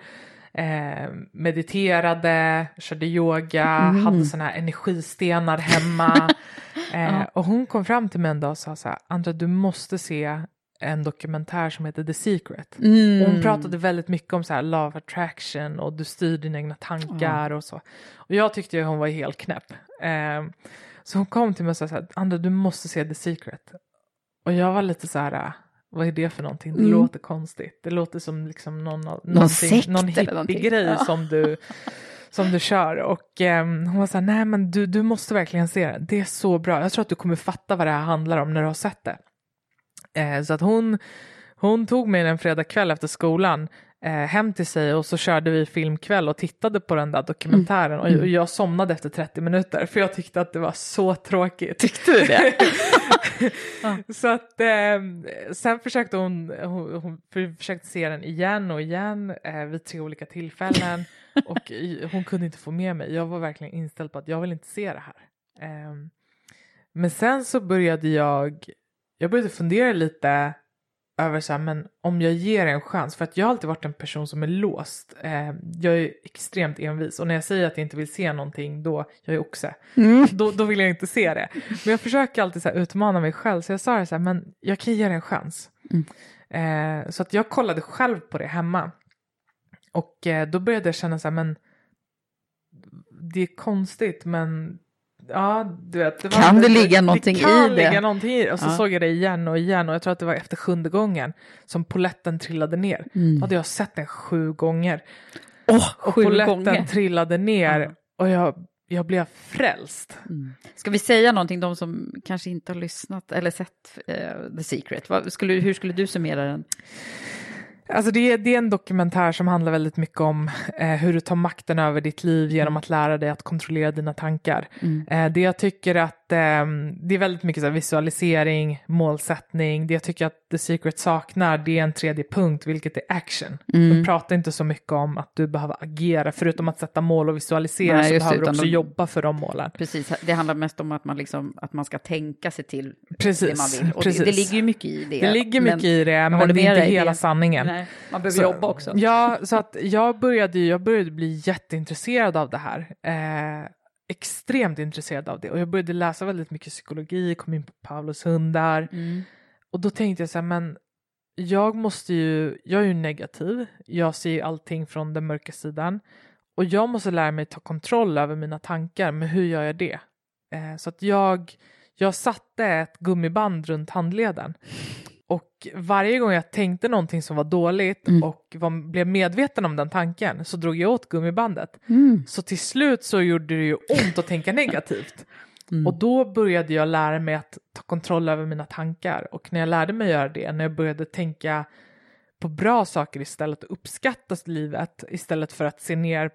mediterade, körde yoga, hade såna här energistenar hemma. Och hon kom fram till mig en dag och sa så här: Andra, du måste se en dokumentär som heter The Secret. Och hon pratade väldigt mycket om så här love attraction och du styr dina egna tankar och så. Och jag tyckte ju hon var helt knäpp. Så hon kom till mig och sa så här: Andra, du måste se The Secret. Och jag var lite så här: vad är det för någonting? Det låter konstigt. Det låter som liksom någon hippie-grej som du kör. Och hon var så här: nej men du måste verkligen se det. Det är så bra. Jag tror att du kommer fatta vad det här handlar om när du har sett det. Så att hon tog mig en fredagkväll efter skolan hem till sig och så körde vi filmkväll och tittade på den där dokumentären och jag somnade efter 30 minuter för jag tyckte att det var så tråkigt. Tyckte du det? Så att sen försökte hon försökte se den igen och igen vid 3 olika tillfällen och hon kunde inte få med mig. Jag var verkligen inställd på att jag vill inte se det här. Men sen så började jag började fundera lite över så här, men om jag ger en chans, för att jag har alltid varit en person som är låst. Jag är extremt envis och när jag säger att jag inte vill se någonting då, jag är oxe. Då vill jag inte se det. Men jag försöker alltid så här, utmana mig själv, så jag sa det så här, men jag kan ge det en chans. Så att jag kollade själv på det hemma och då började jag känna så här, men det är konstigt, men ja, du vet, det ligga någonting i det? Det kan ligga någonting i det. Och så såg jag det igen och igen. Och jag tror att det var efter 7:e gången som poletten trillade ner. Då hade jag sett den 7 gånger. Och poletten trillade ner. Och jag blev frälst. Ska vi säga någonting, de som kanske inte har lyssnat eller sett The Secret? Hur skulle du summera den? Alltså det är en dokumentär som handlar väldigt mycket om hur du tar makten över ditt liv genom att lära dig att kontrollera dina tankar. Det jag tycker att det är väldigt mycket så här visualisering, målsättning. Det jag tycker att The Secret saknar, det är en tredje punkt, vilket är action. De pratar inte så mycket om att du behöver agera, förutom att sätta mål och visualisera. Nej, så behöver du också jobba för de målen. Precis, det handlar mest om att man, liksom, att man ska tänka sig till precis, det man vill. Och precis. Det ligger ju mycket i det. Det ligger mycket i det, men det är inte hela sanningen. Nej, man behöver jobba också. Ja, så att jag började bli jätteintresserad av det här. Extremt intresserad av det. Och jag började läsa väldigt mycket psykologi, kom in på Pavlos hundar. Och då tänkte jag så här, men jag är ju negativ. Jag ser allting från den mörka sidan. Och jag måste lära mig ta kontroll över mina tankar. Men hur gör jag det? Så att jag satte ett gummiband runt handleden. Och varje gång jag tänkte någonting som var dåligt och blev medveten om den tanken, så drog jag åt gummibandet. Så till slut så gjorde det ju ont att tänka negativt. Och då började jag lära mig att ta kontroll över mina tankar. Och när jag lärde mig göra det, när jag började tänka på bra saker istället och uppskatta livet istället för att se ner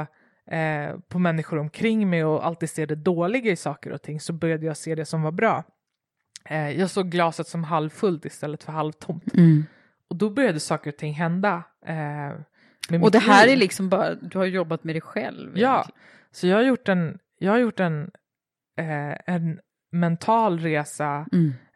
på människor omkring mig och alltid se det dåliga i saker och ting, så började jag se det som var bra. Jag såg glaset som halvfullt istället för halvtomt. Och då började saker och ting hända. Och det här är liksom bara, du har jobbat med dig själv. Ja, egentligen. Så jag har gjort en mental resa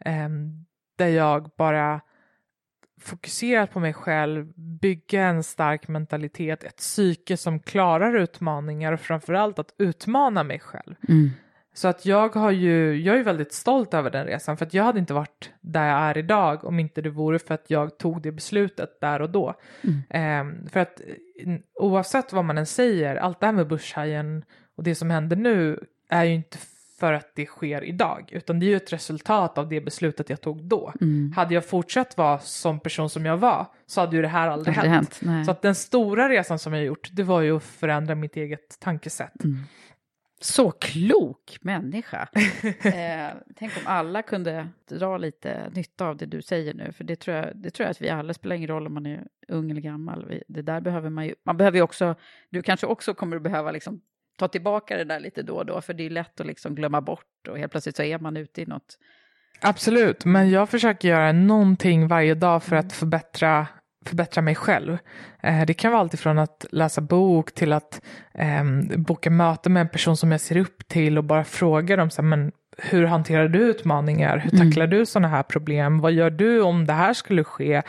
där jag bara fokuserat på mig själv, bygga en stark mentalitet, ett psyke som klarar utmaningar och framförallt att utmana mig själv. Så att jag är väldigt stolt över den resan, för att jag hade inte varit där jag är idag om inte det vore för att jag tog det beslutet där och då. För att oavsett vad man än säger, allt det här med Bushhajen och det som händer nu är ju inte för att det sker idag, utan det är ju ett resultat av det beslutet jag tog då. Hade jag fortsatt vara som person som jag var, så hade ju det här aldrig hänt. Så att den stora resan som jag gjort, det var ju att förändra mitt eget tankesätt. Så klok människa. Tänk om alla kunde dra lite nytta av det du säger nu. För det tror jag att vi alla, spelar ingen roll om man är ung eller gammal. Det där behöver man behöver ju också, du kanske också kommer att behöva liksom ta tillbaka det där lite då och då. För det är lätt att liksom glömma bort och helt plötsligt så är man ute i något. Absolut, men jag försöker göra någonting varje dag för att förbättra mig själv. Det kan vara allt ifrån att läsa bok till att boka möte med en person som jag ser upp till och bara fråga dem så här, men hur hanterar du utmaningar? Hur tacklar du sådana här problem? Vad gör du om det här skulle ske?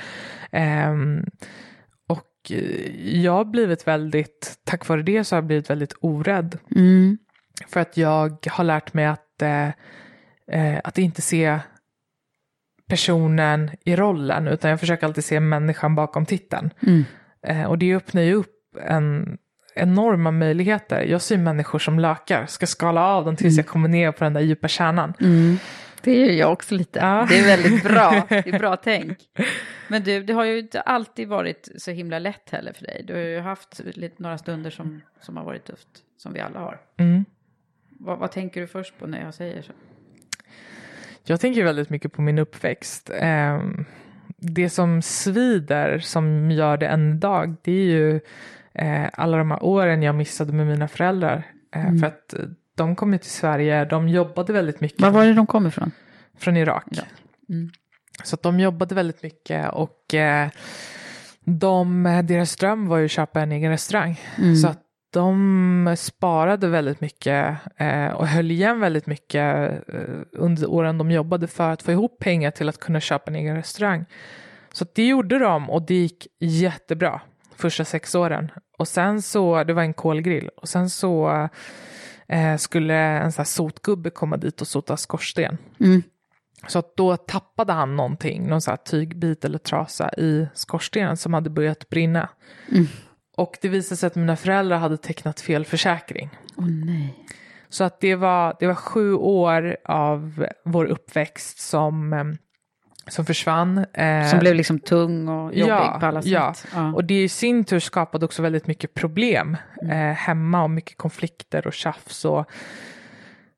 Och jag har blivit tack vare det så har jag blivit väldigt orädd. För att jag har lärt mig att inte se personen i rollen, utan jag försöker alltid se människan bakom titeln. Och det öppnar ju upp enorma möjligheter. Jag ser människor som lökar, ska skala av dem tills jag kommer ner på den där djupa kärnan. Det är jag också lite. Ja. Det är väldigt bra. Det är bra tänk. Men det har ju inte alltid varit så himla lätt heller för dig. Du har ju haft några stunder som har varit tufft, som vi alla har. Vad tänker du först på när jag säger så? Jag tänker väldigt mycket på min uppväxt. Det som svider, som gör det en dag, det är ju alla de här åren jag missade med mina föräldrar. För att de kom till Sverige, de jobbade väldigt mycket. Var var det de kom ifrån? Från Irak. Ja. Så att de jobbade väldigt mycket och deras dröm var ju att köpa en egen restaurang. Så att de sparade väldigt mycket och höll igen väldigt mycket under åren de jobbade för att få ihop pengar till att kunna köpa en egen restaurang. Så det gjorde de och det gick jättebra första 6 åren. Och sen så, det var en kolgrill, och sen så skulle en sån här sotgubbe komma dit och sota skorsten. Så att då tappade han någon sån här tygbit eller trasa i skorstenen som hade börjat brinna. Och det visade sig att mina föräldrar hade tecknat fel försäkring. Nej. Så att det var 7 år av vår uppväxt som försvann. Som blev liksom tung och jobbig på alla sätt. Ja, och det i sin tur skapade också väldigt mycket problem hemma och mycket konflikter och tjafs.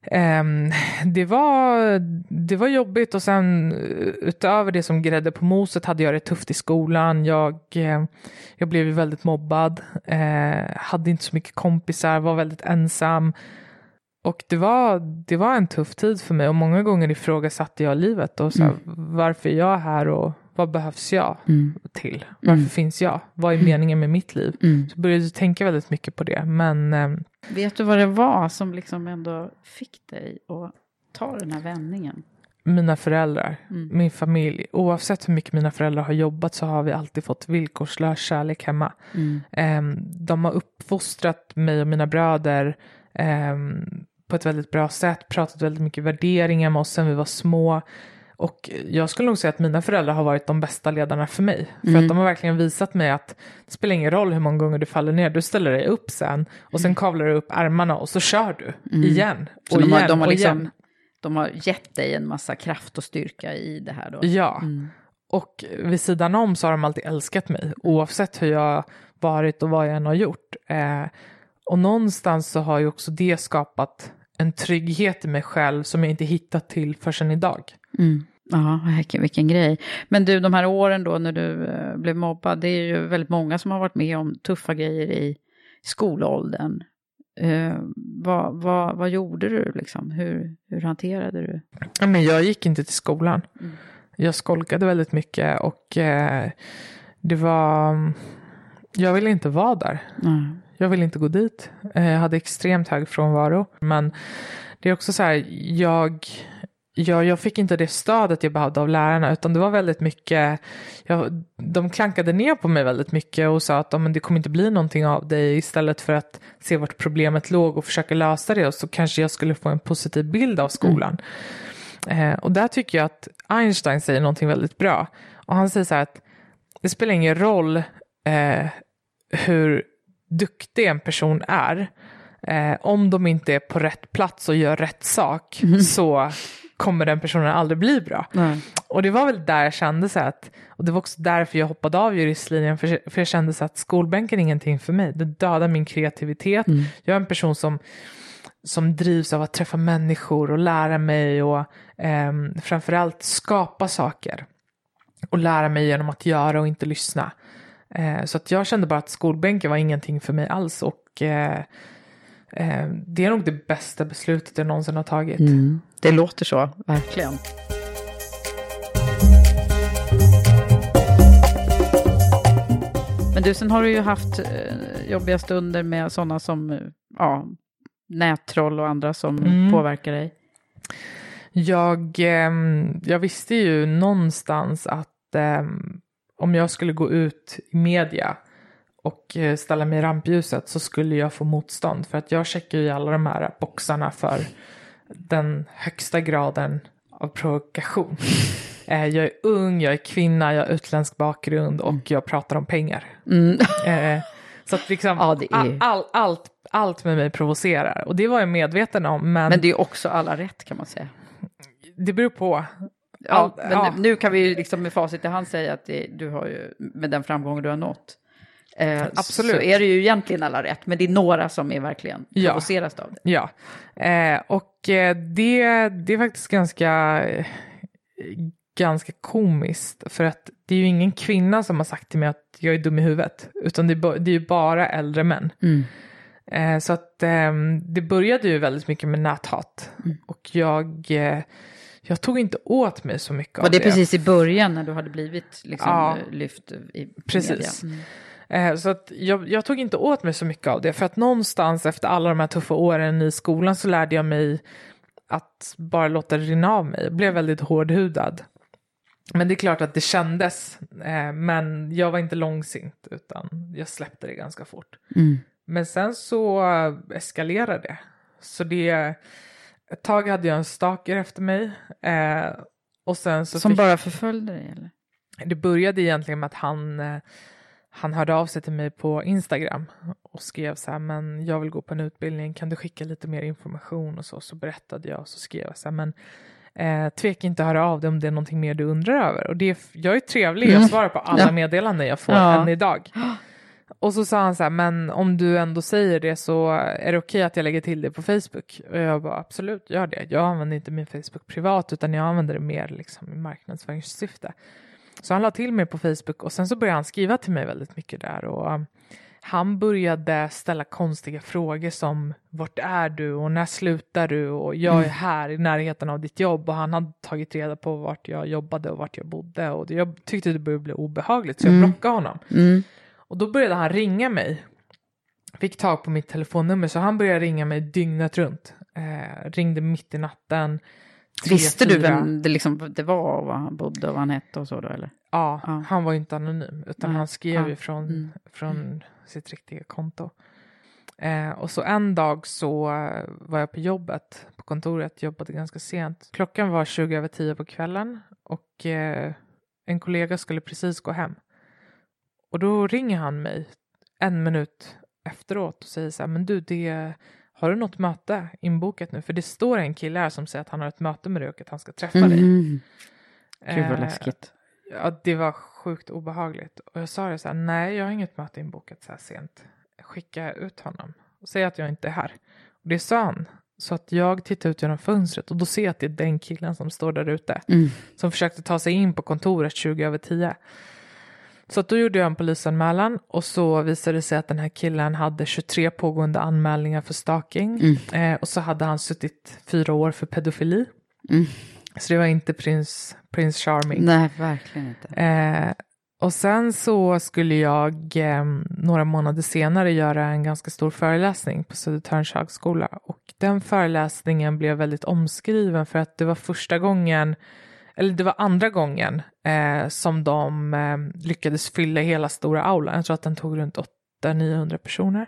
Det var jobbigt, och sen utöver det som grädde på moset hade jag det tufft i skolan. Jag blev ju väldigt mobbad, hade inte så mycket kompisar, var väldigt ensam. Och det var en tuff tid för mig, och många gånger ifrågasatte jag livet och så här, varför är jag här och vad behövs jag till? Varför finns jag? Vad är meningen med mitt liv? Så började jag tänka väldigt mycket på det. Men vet du vad det var som liksom ändå fick dig att ta den här vändningen? Mina föräldrar, min familj. Oavsett hur mycket mina föräldrar har jobbat så har vi alltid fått villkorslös kärlek hemma. De har uppfostrat mig och mina bröder på ett väldigt bra sätt. Pratat väldigt mycket värderingar med oss sen vi var små. Och jag skulle nog säga att mina föräldrar har varit de bästa ledarna för mig. För att de har verkligen visat mig att det spelar ingen roll hur många gånger du faller ner. Du ställer dig upp sen och sen kavlar du upp ärmarna och så kör du igen och så igen de har och liksom, igen. De har gett dig en massa kraft och styrka i det här då. Ja, och vid sidan om så har de alltid älskat mig. Oavsett hur jag varit och vad jag än har gjort. Och någonstans så har ju också det skapat en trygghet i mig själv som jag inte hittat till förrän idag. Ja, vilken grej. Men du, de här åren då när du blev mobbad, det är ju väldigt många som har varit med om tuffa grejer i skolåldern. Vad gjorde du liksom? Hur hanterade du? Men jag gick inte till skolan. Jag skolkade väldigt mycket och det var... Jag ville inte vara där. Jag ville inte gå dit. Jag hade extremt hög frånvaro. Men det är också så här, jag fick inte det stödet jag behövde av lärarna, utan det var väldigt mycket, de klankade ner på mig väldigt mycket och sa att det kommer inte bli någonting av dig, istället för att se vart problemet låg och försöka lösa det, och så kanske jag skulle få en positiv bild av skolan. Och där tycker jag att Einstein säger någonting väldigt bra, och han säger så här att det spelar ingen roll hur duktig en person är, om de inte är på rätt plats och gör rätt sak, så kommer den personen aldrig bli bra. Och det var väl där jag kände så att, och det var också därför jag hoppade av juristlinjen, för jag kände så att skolbänken är ingenting för mig. Det dödar min kreativitet. Jag är en person som drivs av att träffa människor och lära mig och framförallt skapa saker och lära mig genom att göra och inte lyssna. Så att jag kände bara att skolbänken var ingenting för mig alls, och det är nog det bästa beslutet jag någonsin har tagit. Det låter så, verkligen. Men du, sen har du ju haft jobbiga stunder med sådana som nättroll och andra som påverkar dig. Jag visste ju någonstans att om jag skulle gå ut i media och ställa mig i rampljuset så skulle jag få motstånd. För att jag checkar ju alla de här boxarna för den högsta graden av provokation. Jag är ung, jag är kvinna, jag har utländsk bakgrund och jag pratar om pengar. Så att liksom allt med mig provocerar. Och det var jag medveten om. Men det är också alla rätt, kan man säga. Det beror på. Nu kan vi ju liksom med facit i hand säga att du har ju, med den framgången du har nått, absolut, så är det ju egentligen alla rätt, men det är några som är verkligen provoceras av det. Ja, och det är faktiskt ganska komiskt, för att det är ju ingen kvinna som har sagt till mig att jag är dum i huvudet, utan det är ju bara äldre män. Så att det började ju väldigt mycket med näthat, och jag tog inte åt mig så mycket av det. Var det precis i början när du hade blivit liksom lyft i precis. Media? Så att jag tog inte åt mig så mycket av det, för att någonstans efter alla de här tuffa åren i skolan så lärde jag mig att bara låta det rinna av mig. Jag blev väldigt hårdhudad. Men det är klart att det kändes, men jag var inte långsint, utan jag släppte det ganska fort. Men sen så eskalerade det. Så ett tag hade jag en stalker efter mig. Och sen så som bara förföljde dig, eller? Det började egentligen med att han hörde av sig till mig på Instagram och skrev så här: men jag vill gå på en utbildning, kan du skicka lite mer information? Och så berättade jag, och så skrev jag så här: men tveka inte att höra av dig om det är någonting mer du undrar över. Och jag är trevlig, jag svarar på alla meddelanden jag får än idag. Och så sa han så här, men om du ändå säger det så är det okej att jag lägger till det på Facebook? Och jag bara, absolut, gör det. Jag använder inte min Facebook privat utan jag använder det mer liksom i marknadsföringssyfte. Så han la till mig på Facebook och sen så började han skriva till mig väldigt mycket där. Och han började ställa konstiga frågor som, vart är du och när slutar du? Och jag är här i närheten av ditt jobb. Och han hade tagit reda på vart jag jobbade och vart jag bodde. Och jag tyckte det började bli obehagligt så jag blockade honom. Och då började han ringa mig. Fick tag på mitt telefonnummer så han började ringa mig dygnet runt. Ringde mitt i natten. Visste du vem det var och var han bodde och vad han hette och så då eller? Ja, han var ju inte anonym utan han skrev ju från sitt riktiga konto. Och så en dag så var jag på jobbet på kontoret, jobbade ganska sent. Klockan var 20:10 på kvällen och en kollega skulle precis gå hem. Och då ringer han mig 1 minut efteråt och säger så här, men du, har du något möte inbokat nu? För det står en kille här som säger att han har ett möte med dig och att han ska träffa dig. Gud vad läskigt. Ja, det var sjukt obehagligt. Och jag sa det så här, nej jag har inget möte inbokat så här sent. Skicka ut honom och säga att jag inte är här. Och det sa han. Så att jag tittar ut genom fönstret och då ser jag att det är den killen som står där ute. Som försökte ta sig in på kontoret 20:10. Så att då gjorde jag en polisanmälan och så visade det sig att den här killen hade 23 pågående anmälningar för stalking. Och så hade han suttit 4 år för pedofili. Så det var inte prins Charming. Nej, verkligen inte. Och sen så skulle jag några månader senare göra en ganska stor föreläsning på Södertörns högskola. Och den föreläsningen blev väldigt omskriven för att det var andra gången som de lyckades fylla hela stora aulan. Jag tror att den tog runt 800-900 personer.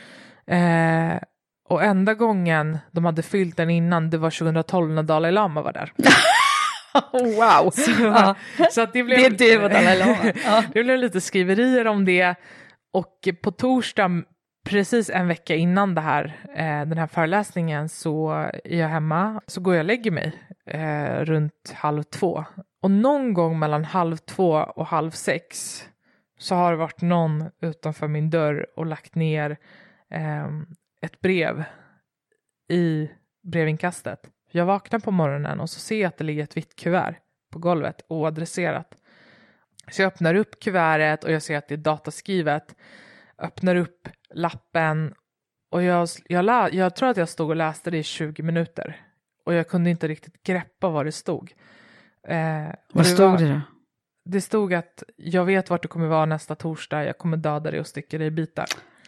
Och enda gången de hade fyllt den innan, det var 2012 när Dalai Lama var där. Wow! Så att det blev, det var Dalai Lama. Det blev lite skriverier om det. Och på torsdag, precis en vecka innan den här föreläsningen, så är jag hemma. Så går jag och lägger mig runt 1:30. Och någon gång mellan 1:30 och 1:30 så har det varit någon utanför min dörr och lagt ner ett brev i brevinkastet. Jag vaknar på morgonen och så ser jag att det ligger ett vitt kuvert på golvet oadresserat. Så jag öppnar upp kuvertet och jag ser att det är dataskrivet. Öppnar upp lappen och jag tror att jag stod och läste det i 20 minuter. Och jag kunde inte riktigt greppa vad det stod. Vad stod det då? Det stod att jag vet vart du kommer vara nästa torsdag. Jag kommer döda dig och stycka dig i bitar.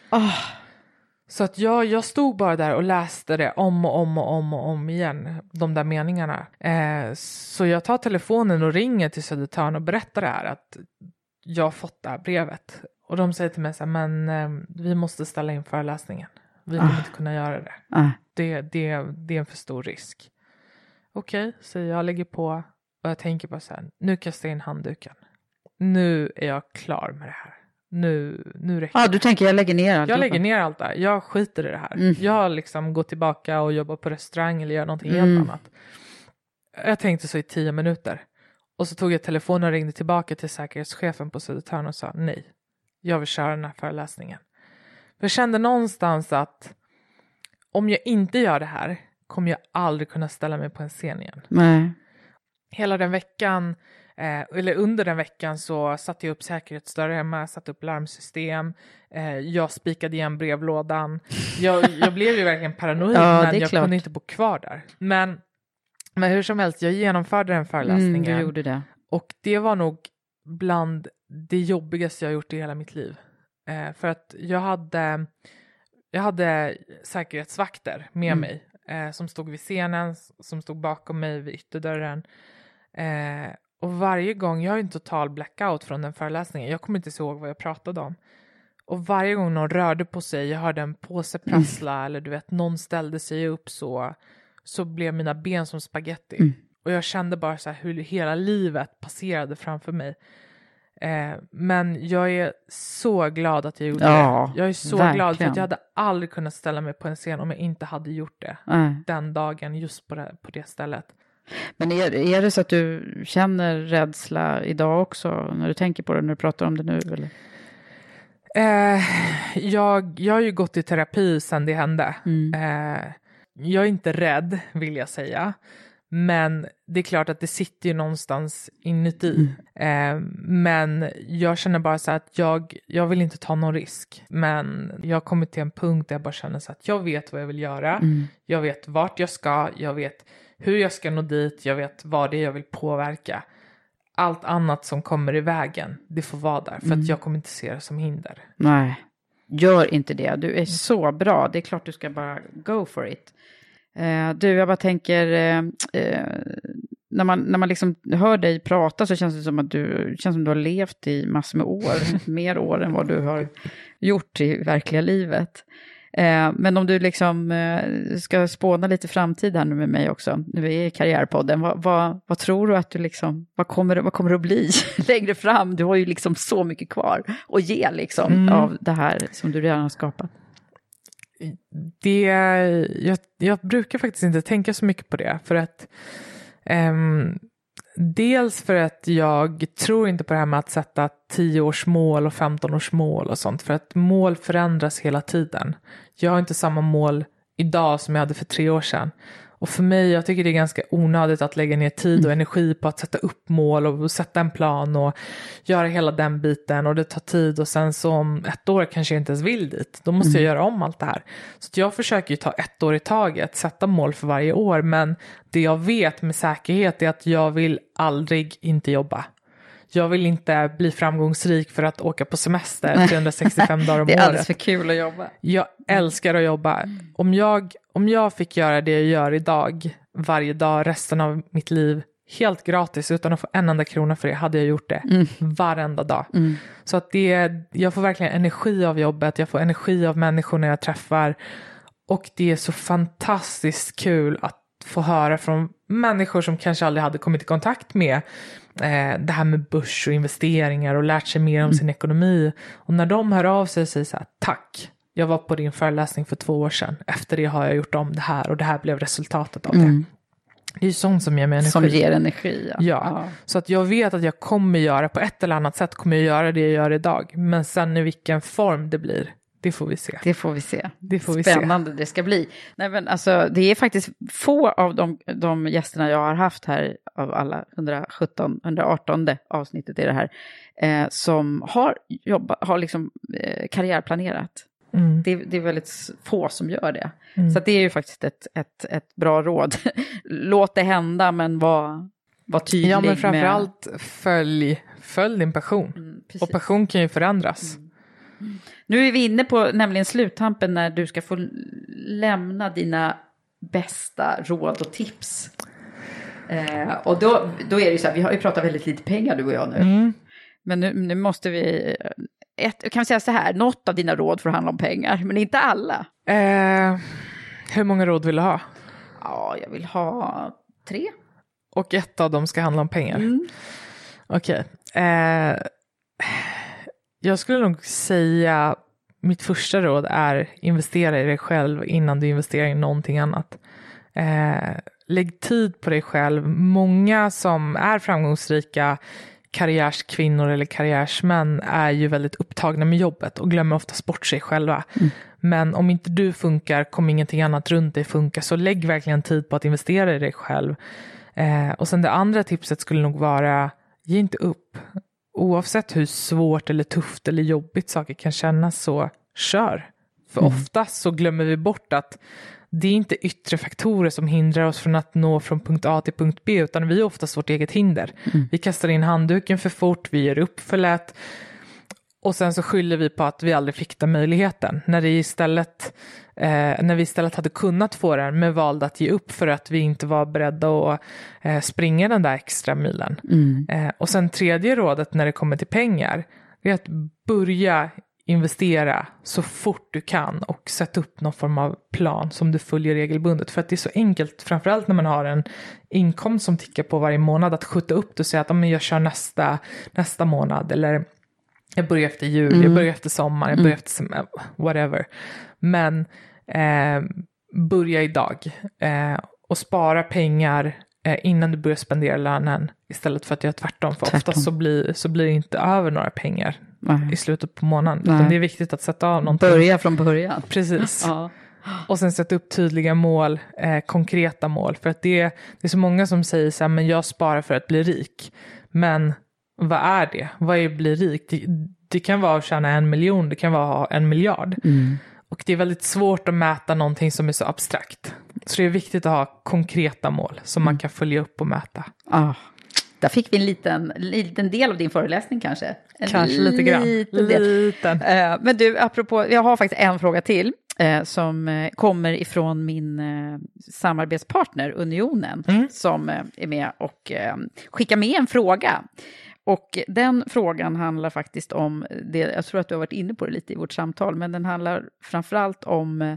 Så att jag stod bara där och läste det om och om igen. De där meningarna. Så jag tar telefonen och ringer till Södertörn och berättar det här. Att jag har fått det här brevet. Och de säger till mig så här, men vi måste ställa in föreläsningen. Vi kommer inte kunna göra det. Det är en för stor risk. Okej, så jag lägger på. Och jag tänker bara så här, nu kastar jag in handduken. Nu är jag klar med det här. Nu räcker det. Du tänker jag lägger ner allt. Jag lägger ner allt där. Jag skiter i det här. Jag liksom går tillbaka och jobbar på restaurang eller gör någonting helt annat. Jag tänkte så i 10 minuter. Och så tog jag telefonen och ringde tillbaka till säkerhetschefen på Södertörn och sa nej. Jag vill köra den här föreläsningen. För jag kände någonstans att om jag inte gör det här kommer jag aldrig kunna ställa mig på en scen igen. Nej. Hela den veckan, eller under den veckan så satte jag upp säkerhetsdörrar hemma, satte upp larmsystem. Jag spikade igen brevlådan. Jag blev ju verkligen paranoid men jag kunde inte bo kvar där. Men hur som helst, jag genomförde den föreläsningen. Du gjorde det. Och det var nog bland det jobbigaste jag gjort i hela mitt liv. För att jag hade säkerhetsvakter med mig. Som stod vid scenen, som stod bakom mig vid ytterdörren. Och varje gång, jag har ju en total blackout från den föreläsningen. Jag kommer inte ihåg vad jag pratade om. Och varje gång någon rörde på sig, jag hörde en påse prassla eller du vet, någon ställde sig upp så blev mina ben som spaghetti. Och jag kände bara så här hur hela livet passerade framför mig. Men jag är så glad att jag gjorde det. Jag är så glad för att jag hade aldrig kunnat ställa mig på en scen om jag inte hade gjort det den dagen just på det stället. Men är det så att du känner rädsla idag också när du tänker på det, när du pratar om det nu? Eller? Jag har ju gått i terapi sedan det hände. Jag är inte rädd, vill jag säga. Men det är klart att det sitter ju någonstans inuti. Men jag känner bara så att jag vill inte ta någon risk. Men jag har kommit till en punkt där jag bara känner så att jag vet vad jag vill göra. Jag vet vart jag ska. Jag vet hur jag ska nå dit. Jag vet vad det är jag vill påverka. Allt annat som kommer i vägen, det får vara där. För att jag kommer inte se det som hinder. Nej, gör inte det. Du är så bra. Det är klart du ska bara go for it. Jag bara tänker, när man liksom hör dig prata så känns det som att du har levt i massor med år, mer år än vad du har gjort i verkliga livet. Men om du liksom ska spåna lite framtid här nu med mig också, nu är vi i Karriärpodden, vad tror du att du liksom, vad kommer det att bli längre fram? Du har ju liksom så mycket kvar att ge liksom av det här som du redan har skapat. Jag brukar faktiskt inte tänka så mycket på det, för att dels för att jag tror inte på det här med att sätta 10-årsmål och 15-årsmål och sånt, för att mål förändras hela tiden. Jag har inte samma mål idag som jag hade för 3 år sedan. Och för mig, jag tycker det är ganska onödigt att lägga ner tid och energi på att sätta upp mål och sätta en plan och göra hela den biten, och det tar tid, och sen så om 1 år kanske jag inte ens vill dit. Då måste jag göra om allt det här. Så att jag försöker ju ta 1 år i taget, sätta mål för varje år, men det jag vet med säkerhet är att jag vill aldrig inte jobba. Jag vill inte bli framgångsrik för att åka på semester 365 dagar om året. Det är alldeles för kul att jobba. Jag älskar att jobba. Om jag fick göra det jag gör idag, varje dag, resten av mitt liv, helt gratis, utan att få en enda krona för det, hade jag gjort det varenda dag. Så att jag får verkligen energi av jobbet, jag får energi av människor när jag träffar, och det är så fantastiskt kul att få höra från människor som kanske aldrig hade kommit i kontakt med det här med börs och investeringar och lärt sig mer om sin ekonomi. Och när de hör av sig och säger så här: tack, jag var på din föreläsning för 2 år sedan. Efter det har jag gjort om det här, och det här blev resultatet av det. Det är ju sånt som ger mig energi. Som ger energi, ja. Så att jag vet att jag kommer göra, på ett eller annat sätt kommer jag göra det jag gör idag. Men sen i vilken form det blir, det får vi se. Det får vi se. Spännande det ska bli. Nej, men alltså, det är faktiskt få av de gästerna jag har haft här, av alla 118 avsnittet i det här, som har liksom karriärplanerat. Det är väldigt få som gör det. Så att det är ju faktiskt ett bra råd. Låt det hända, men var tydlig. Ja, men framförallt följ din passion. Och passion kan ju förändras. Nu är vi inne på nämligen sluttampen, när du ska få lämna dina bästa råd och tips. Och då är det ju så här, vi har ju pratat väldigt lite pengar du och jag nu. Men nu måste vi, kan vi säga så här, något av dina råd får handla om pengar, men inte alla. Hur många råd vill du ha? Ja, jag vill ha 3. Och 1 av dem ska handla om pengar? Okej. Jag skulle nog säga, mitt första råd är: investera i dig själv innan du investerar i någonting annat. Lägg tid på dig själv. Många som är framgångsrika karriärskvinnor eller karriärsmän är ju väldigt upptagna med jobbet och glömmer ofta bort sig själva. Men om inte du funkar kommer ingenting annat runt dig funka. Så lägg verkligen tid på att investera i dig själv. Och sen det andra tipset skulle nog vara: ge inte upp. Oavsett hur svårt eller tufft eller jobbigt saker kan kännas, så kör. För oftast så glömmer vi bort att det är inte yttre faktorer som hindrar oss från att nå från punkt A till punkt B, utan vi är oftast vårt eget hinder. Vi kastar in handduken för fort, vi ger upp för lätt, och sen så skyller vi på att vi aldrig fick den möjligheten. När vi istället hade kunnat få den, men valde att ge upp för att vi inte var beredda att springa den där extra milen. Och sen tredje rådet när det kommer till pengar är att börja investera så fort du kan och sätta upp någon form av plan som du följer regelbundet. För att det är så enkelt, framförallt när man har en inkomst som tickar på varje månad, att skjuta upp det och säga att jag kör nästa månad, eller jag börjar efter jul, jag börjar efter sommar, jag börjar efter whatever. Men börja idag och spara pengar innan du börjar spendera lönen istället för att göra tvärtom. För ofta så blir det inte över några pengar i slutet på månaden. Utan det är viktigt att sätta av någonting. Börja från början. Precis. Och sen sätta upp tydliga mål, konkreta mål. För att det är så många som säger så här, men jag sparar för att bli rik. Men vad är det? Vad är att bli rik? Det kan vara att tjäna 1 miljon, det kan vara 1 miljard. Och det är väldigt svårt att mäta någonting som är så abstrakt. Så det är viktigt att ha konkreta mål som man kan följa upp och mäta. Där fick vi en liten del av din föreläsning kanske. Kanske lite grann. Liten. Men du, apropå, jag har faktiskt en fråga till. Som kommer ifrån min samarbetspartner Unionen. Som är med och skickar med en fråga. Och den frågan handlar faktiskt om, jag tror att du har varit inne på det lite i vårt samtal, men den handlar framförallt om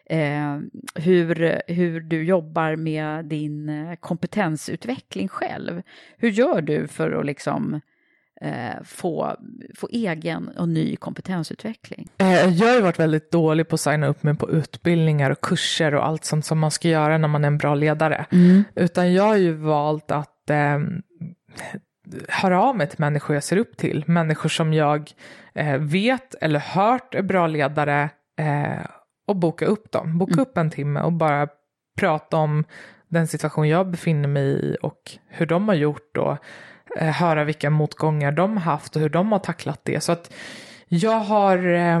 hur du jobbar med din kompetensutveckling själv. Hur gör du för att liksom få egen och ny kompetensutveckling? Jag har ju varit väldigt dålig på att signa upp mig på utbildningar och kurser och allt sånt som man ska göra när man är en bra ledare. Utan jag har ju valt att höra av mig till människor jag ser upp till. Människor som jag vet eller hört är bra ledare och boka upp dem. Boka upp en timme och bara prata om den situation jag befinner mig i och hur de har gjort och höra vilka motgångar de har haft och hur de har tacklat det. Så att jag har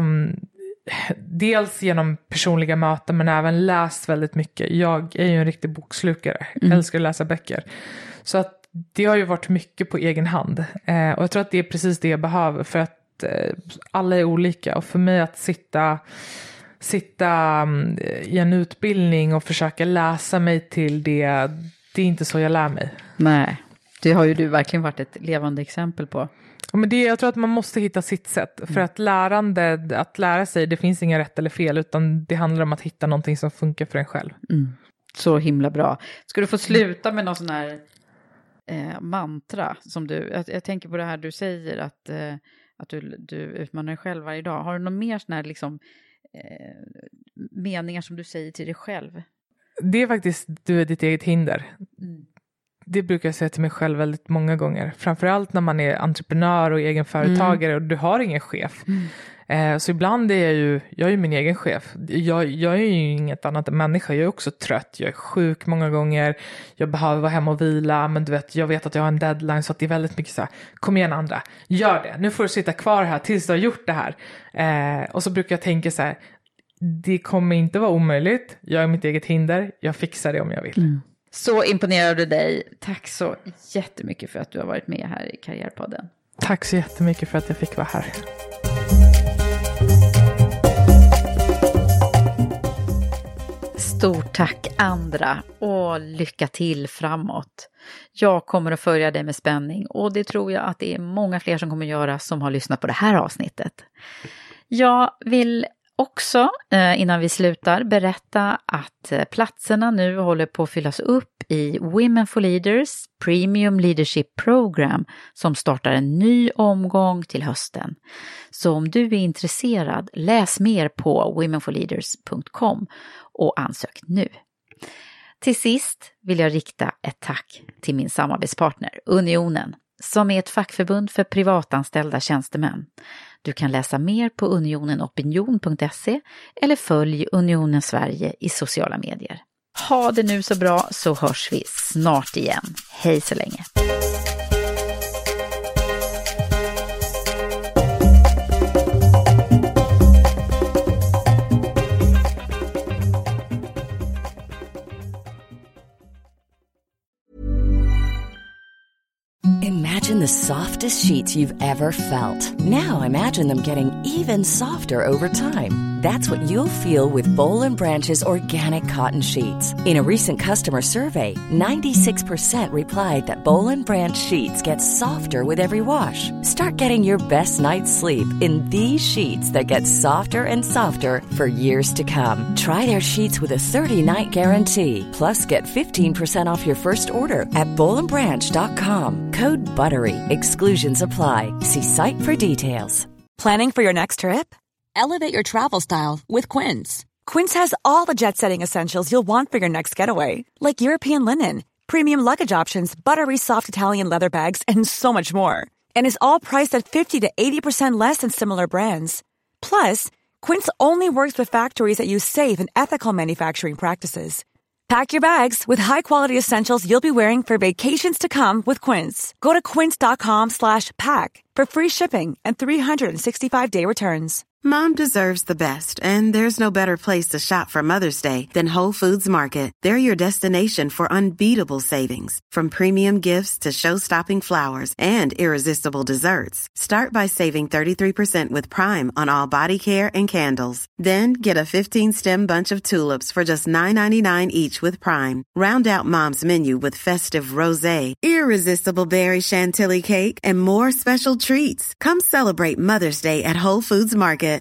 dels genom personliga möten men även läst väldigt mycket. Jag är ju en riktig bokslukare. Jag älskar att läsa böcker. Så att det har ju varit mycket på egen hand. Och jag tror att det är precis det jag behöver för att alla är olika. Och för mig att sitta i en utbildning och försöka läsa mig till det är inte så jag lär mig. Nej, det har ju du verkligen varit ett levande exempel på. Ja, men jag tror att man måste hitta sitt sätt. För att lära sig, det finns inga rätt eller fel. Utan det handlar om att hitta någonting som funkar för en själv. Så himla bra. Ska du få sluta med någon sån här mantra som jag tänker på det här du säger att du utmanar dig själv varje dag. Har du någon mer sån här liksom meningar som du säger till dig själv? Det är faktiskt du är ditt eget hinder. Det brukar jag säga till mig själv väldigt många gånger. Framförallt när man är entreprenör och egenföretagare och du har ingen chef. Så ibland är jag är min egen chef. Jag är ju inget annat än människa. Jag är också trött. Jag är sjuk många gånger. Jag behöver vara hemma och vila. Men du vet, jag vet att jag har en deadline. Så att det är väldigt mycket så här, kom igen Andra, gör det. Nu får du sitta kvar här tills du har gjort det här. Och så brukar jag tänka så här, det kommer inte vara omöjligt. Jag är mitt eget hinder. Jag fixar det om jag vill. Så imponerar du dig. Tack så jättemycket för att du har varit med här i Karriärpodden. Tack så jättemycket för att jag fick vara här. Stort tack Andra och lycka till framåt. Jag kommer att följa dig med spänning och det tror jag att det är många fler som kommer att göra som har lyssnat på det här avsnittet. Jag vill också innan vi slutar berätta att platserna nu håller på att fyllas upp i Women for Leaders Premium Leadership Program som startar en ny omgång till hösten. Så om du är intresserad, läs mer på womenforleaders.com och ansök nu. Till sist vill jag rikta ett tack till min samarbetspartner Unionen som är ett fackförbund för privatanställda tjänstemän. Du kan läsa mer på unionenopinion.se eller följ Unionen Sverige i sociala medier. Ha det nu så bra så hörs vi snart igen. Hej så länge! Imagine the softest sheets you've ever felt. Now imagine them getting even softer over time. That's what you'll feel with Boll & Branch's organic cotton sheets. In a recent customer survey, 96% replied that Boll & Branch sheets get softer with every wash. Start getting your best night's sleep in these sheets that get softer and softer for years to come. Try their sheets with a 30-night guarantee. Plus, get 15% off your first order at bollandbranch.com. Code BUTTERY. Exclusions apply. See site for details. Planning for your next trip? Elevate your travel style with Quince. Quince has all the jet-setting essentials you'll want for your next getaway, like European linen, premium luggage options, buttery soft Italian leather bags, and so much more. And is all priced at 50 to 80% less than similar brands. Plus, Quince only works with factories that use safe and ethical manufacturing practices. Pack your bags with high-quality essentials you'll be wearing for vacations to come with Quince. Go to quince.com/pack for free shipping and 365-day returns. Mom deserves the best, and there's no better place to shop for Mother's Day than Whole Foods Market. They're your destination for unbeatable savings, from premium gifts to show-stopping flowers and irresistible desserts. Start by saving 33% with Prime on all body care and candles. Then get a 15-stem bunch of tulips for just $9.99 each with Prime. Round out Mom's menu with festive rosé, irresistible berry chantilly cake, and more special treats. Come celebrate Mother's Day at Whole Foods Market.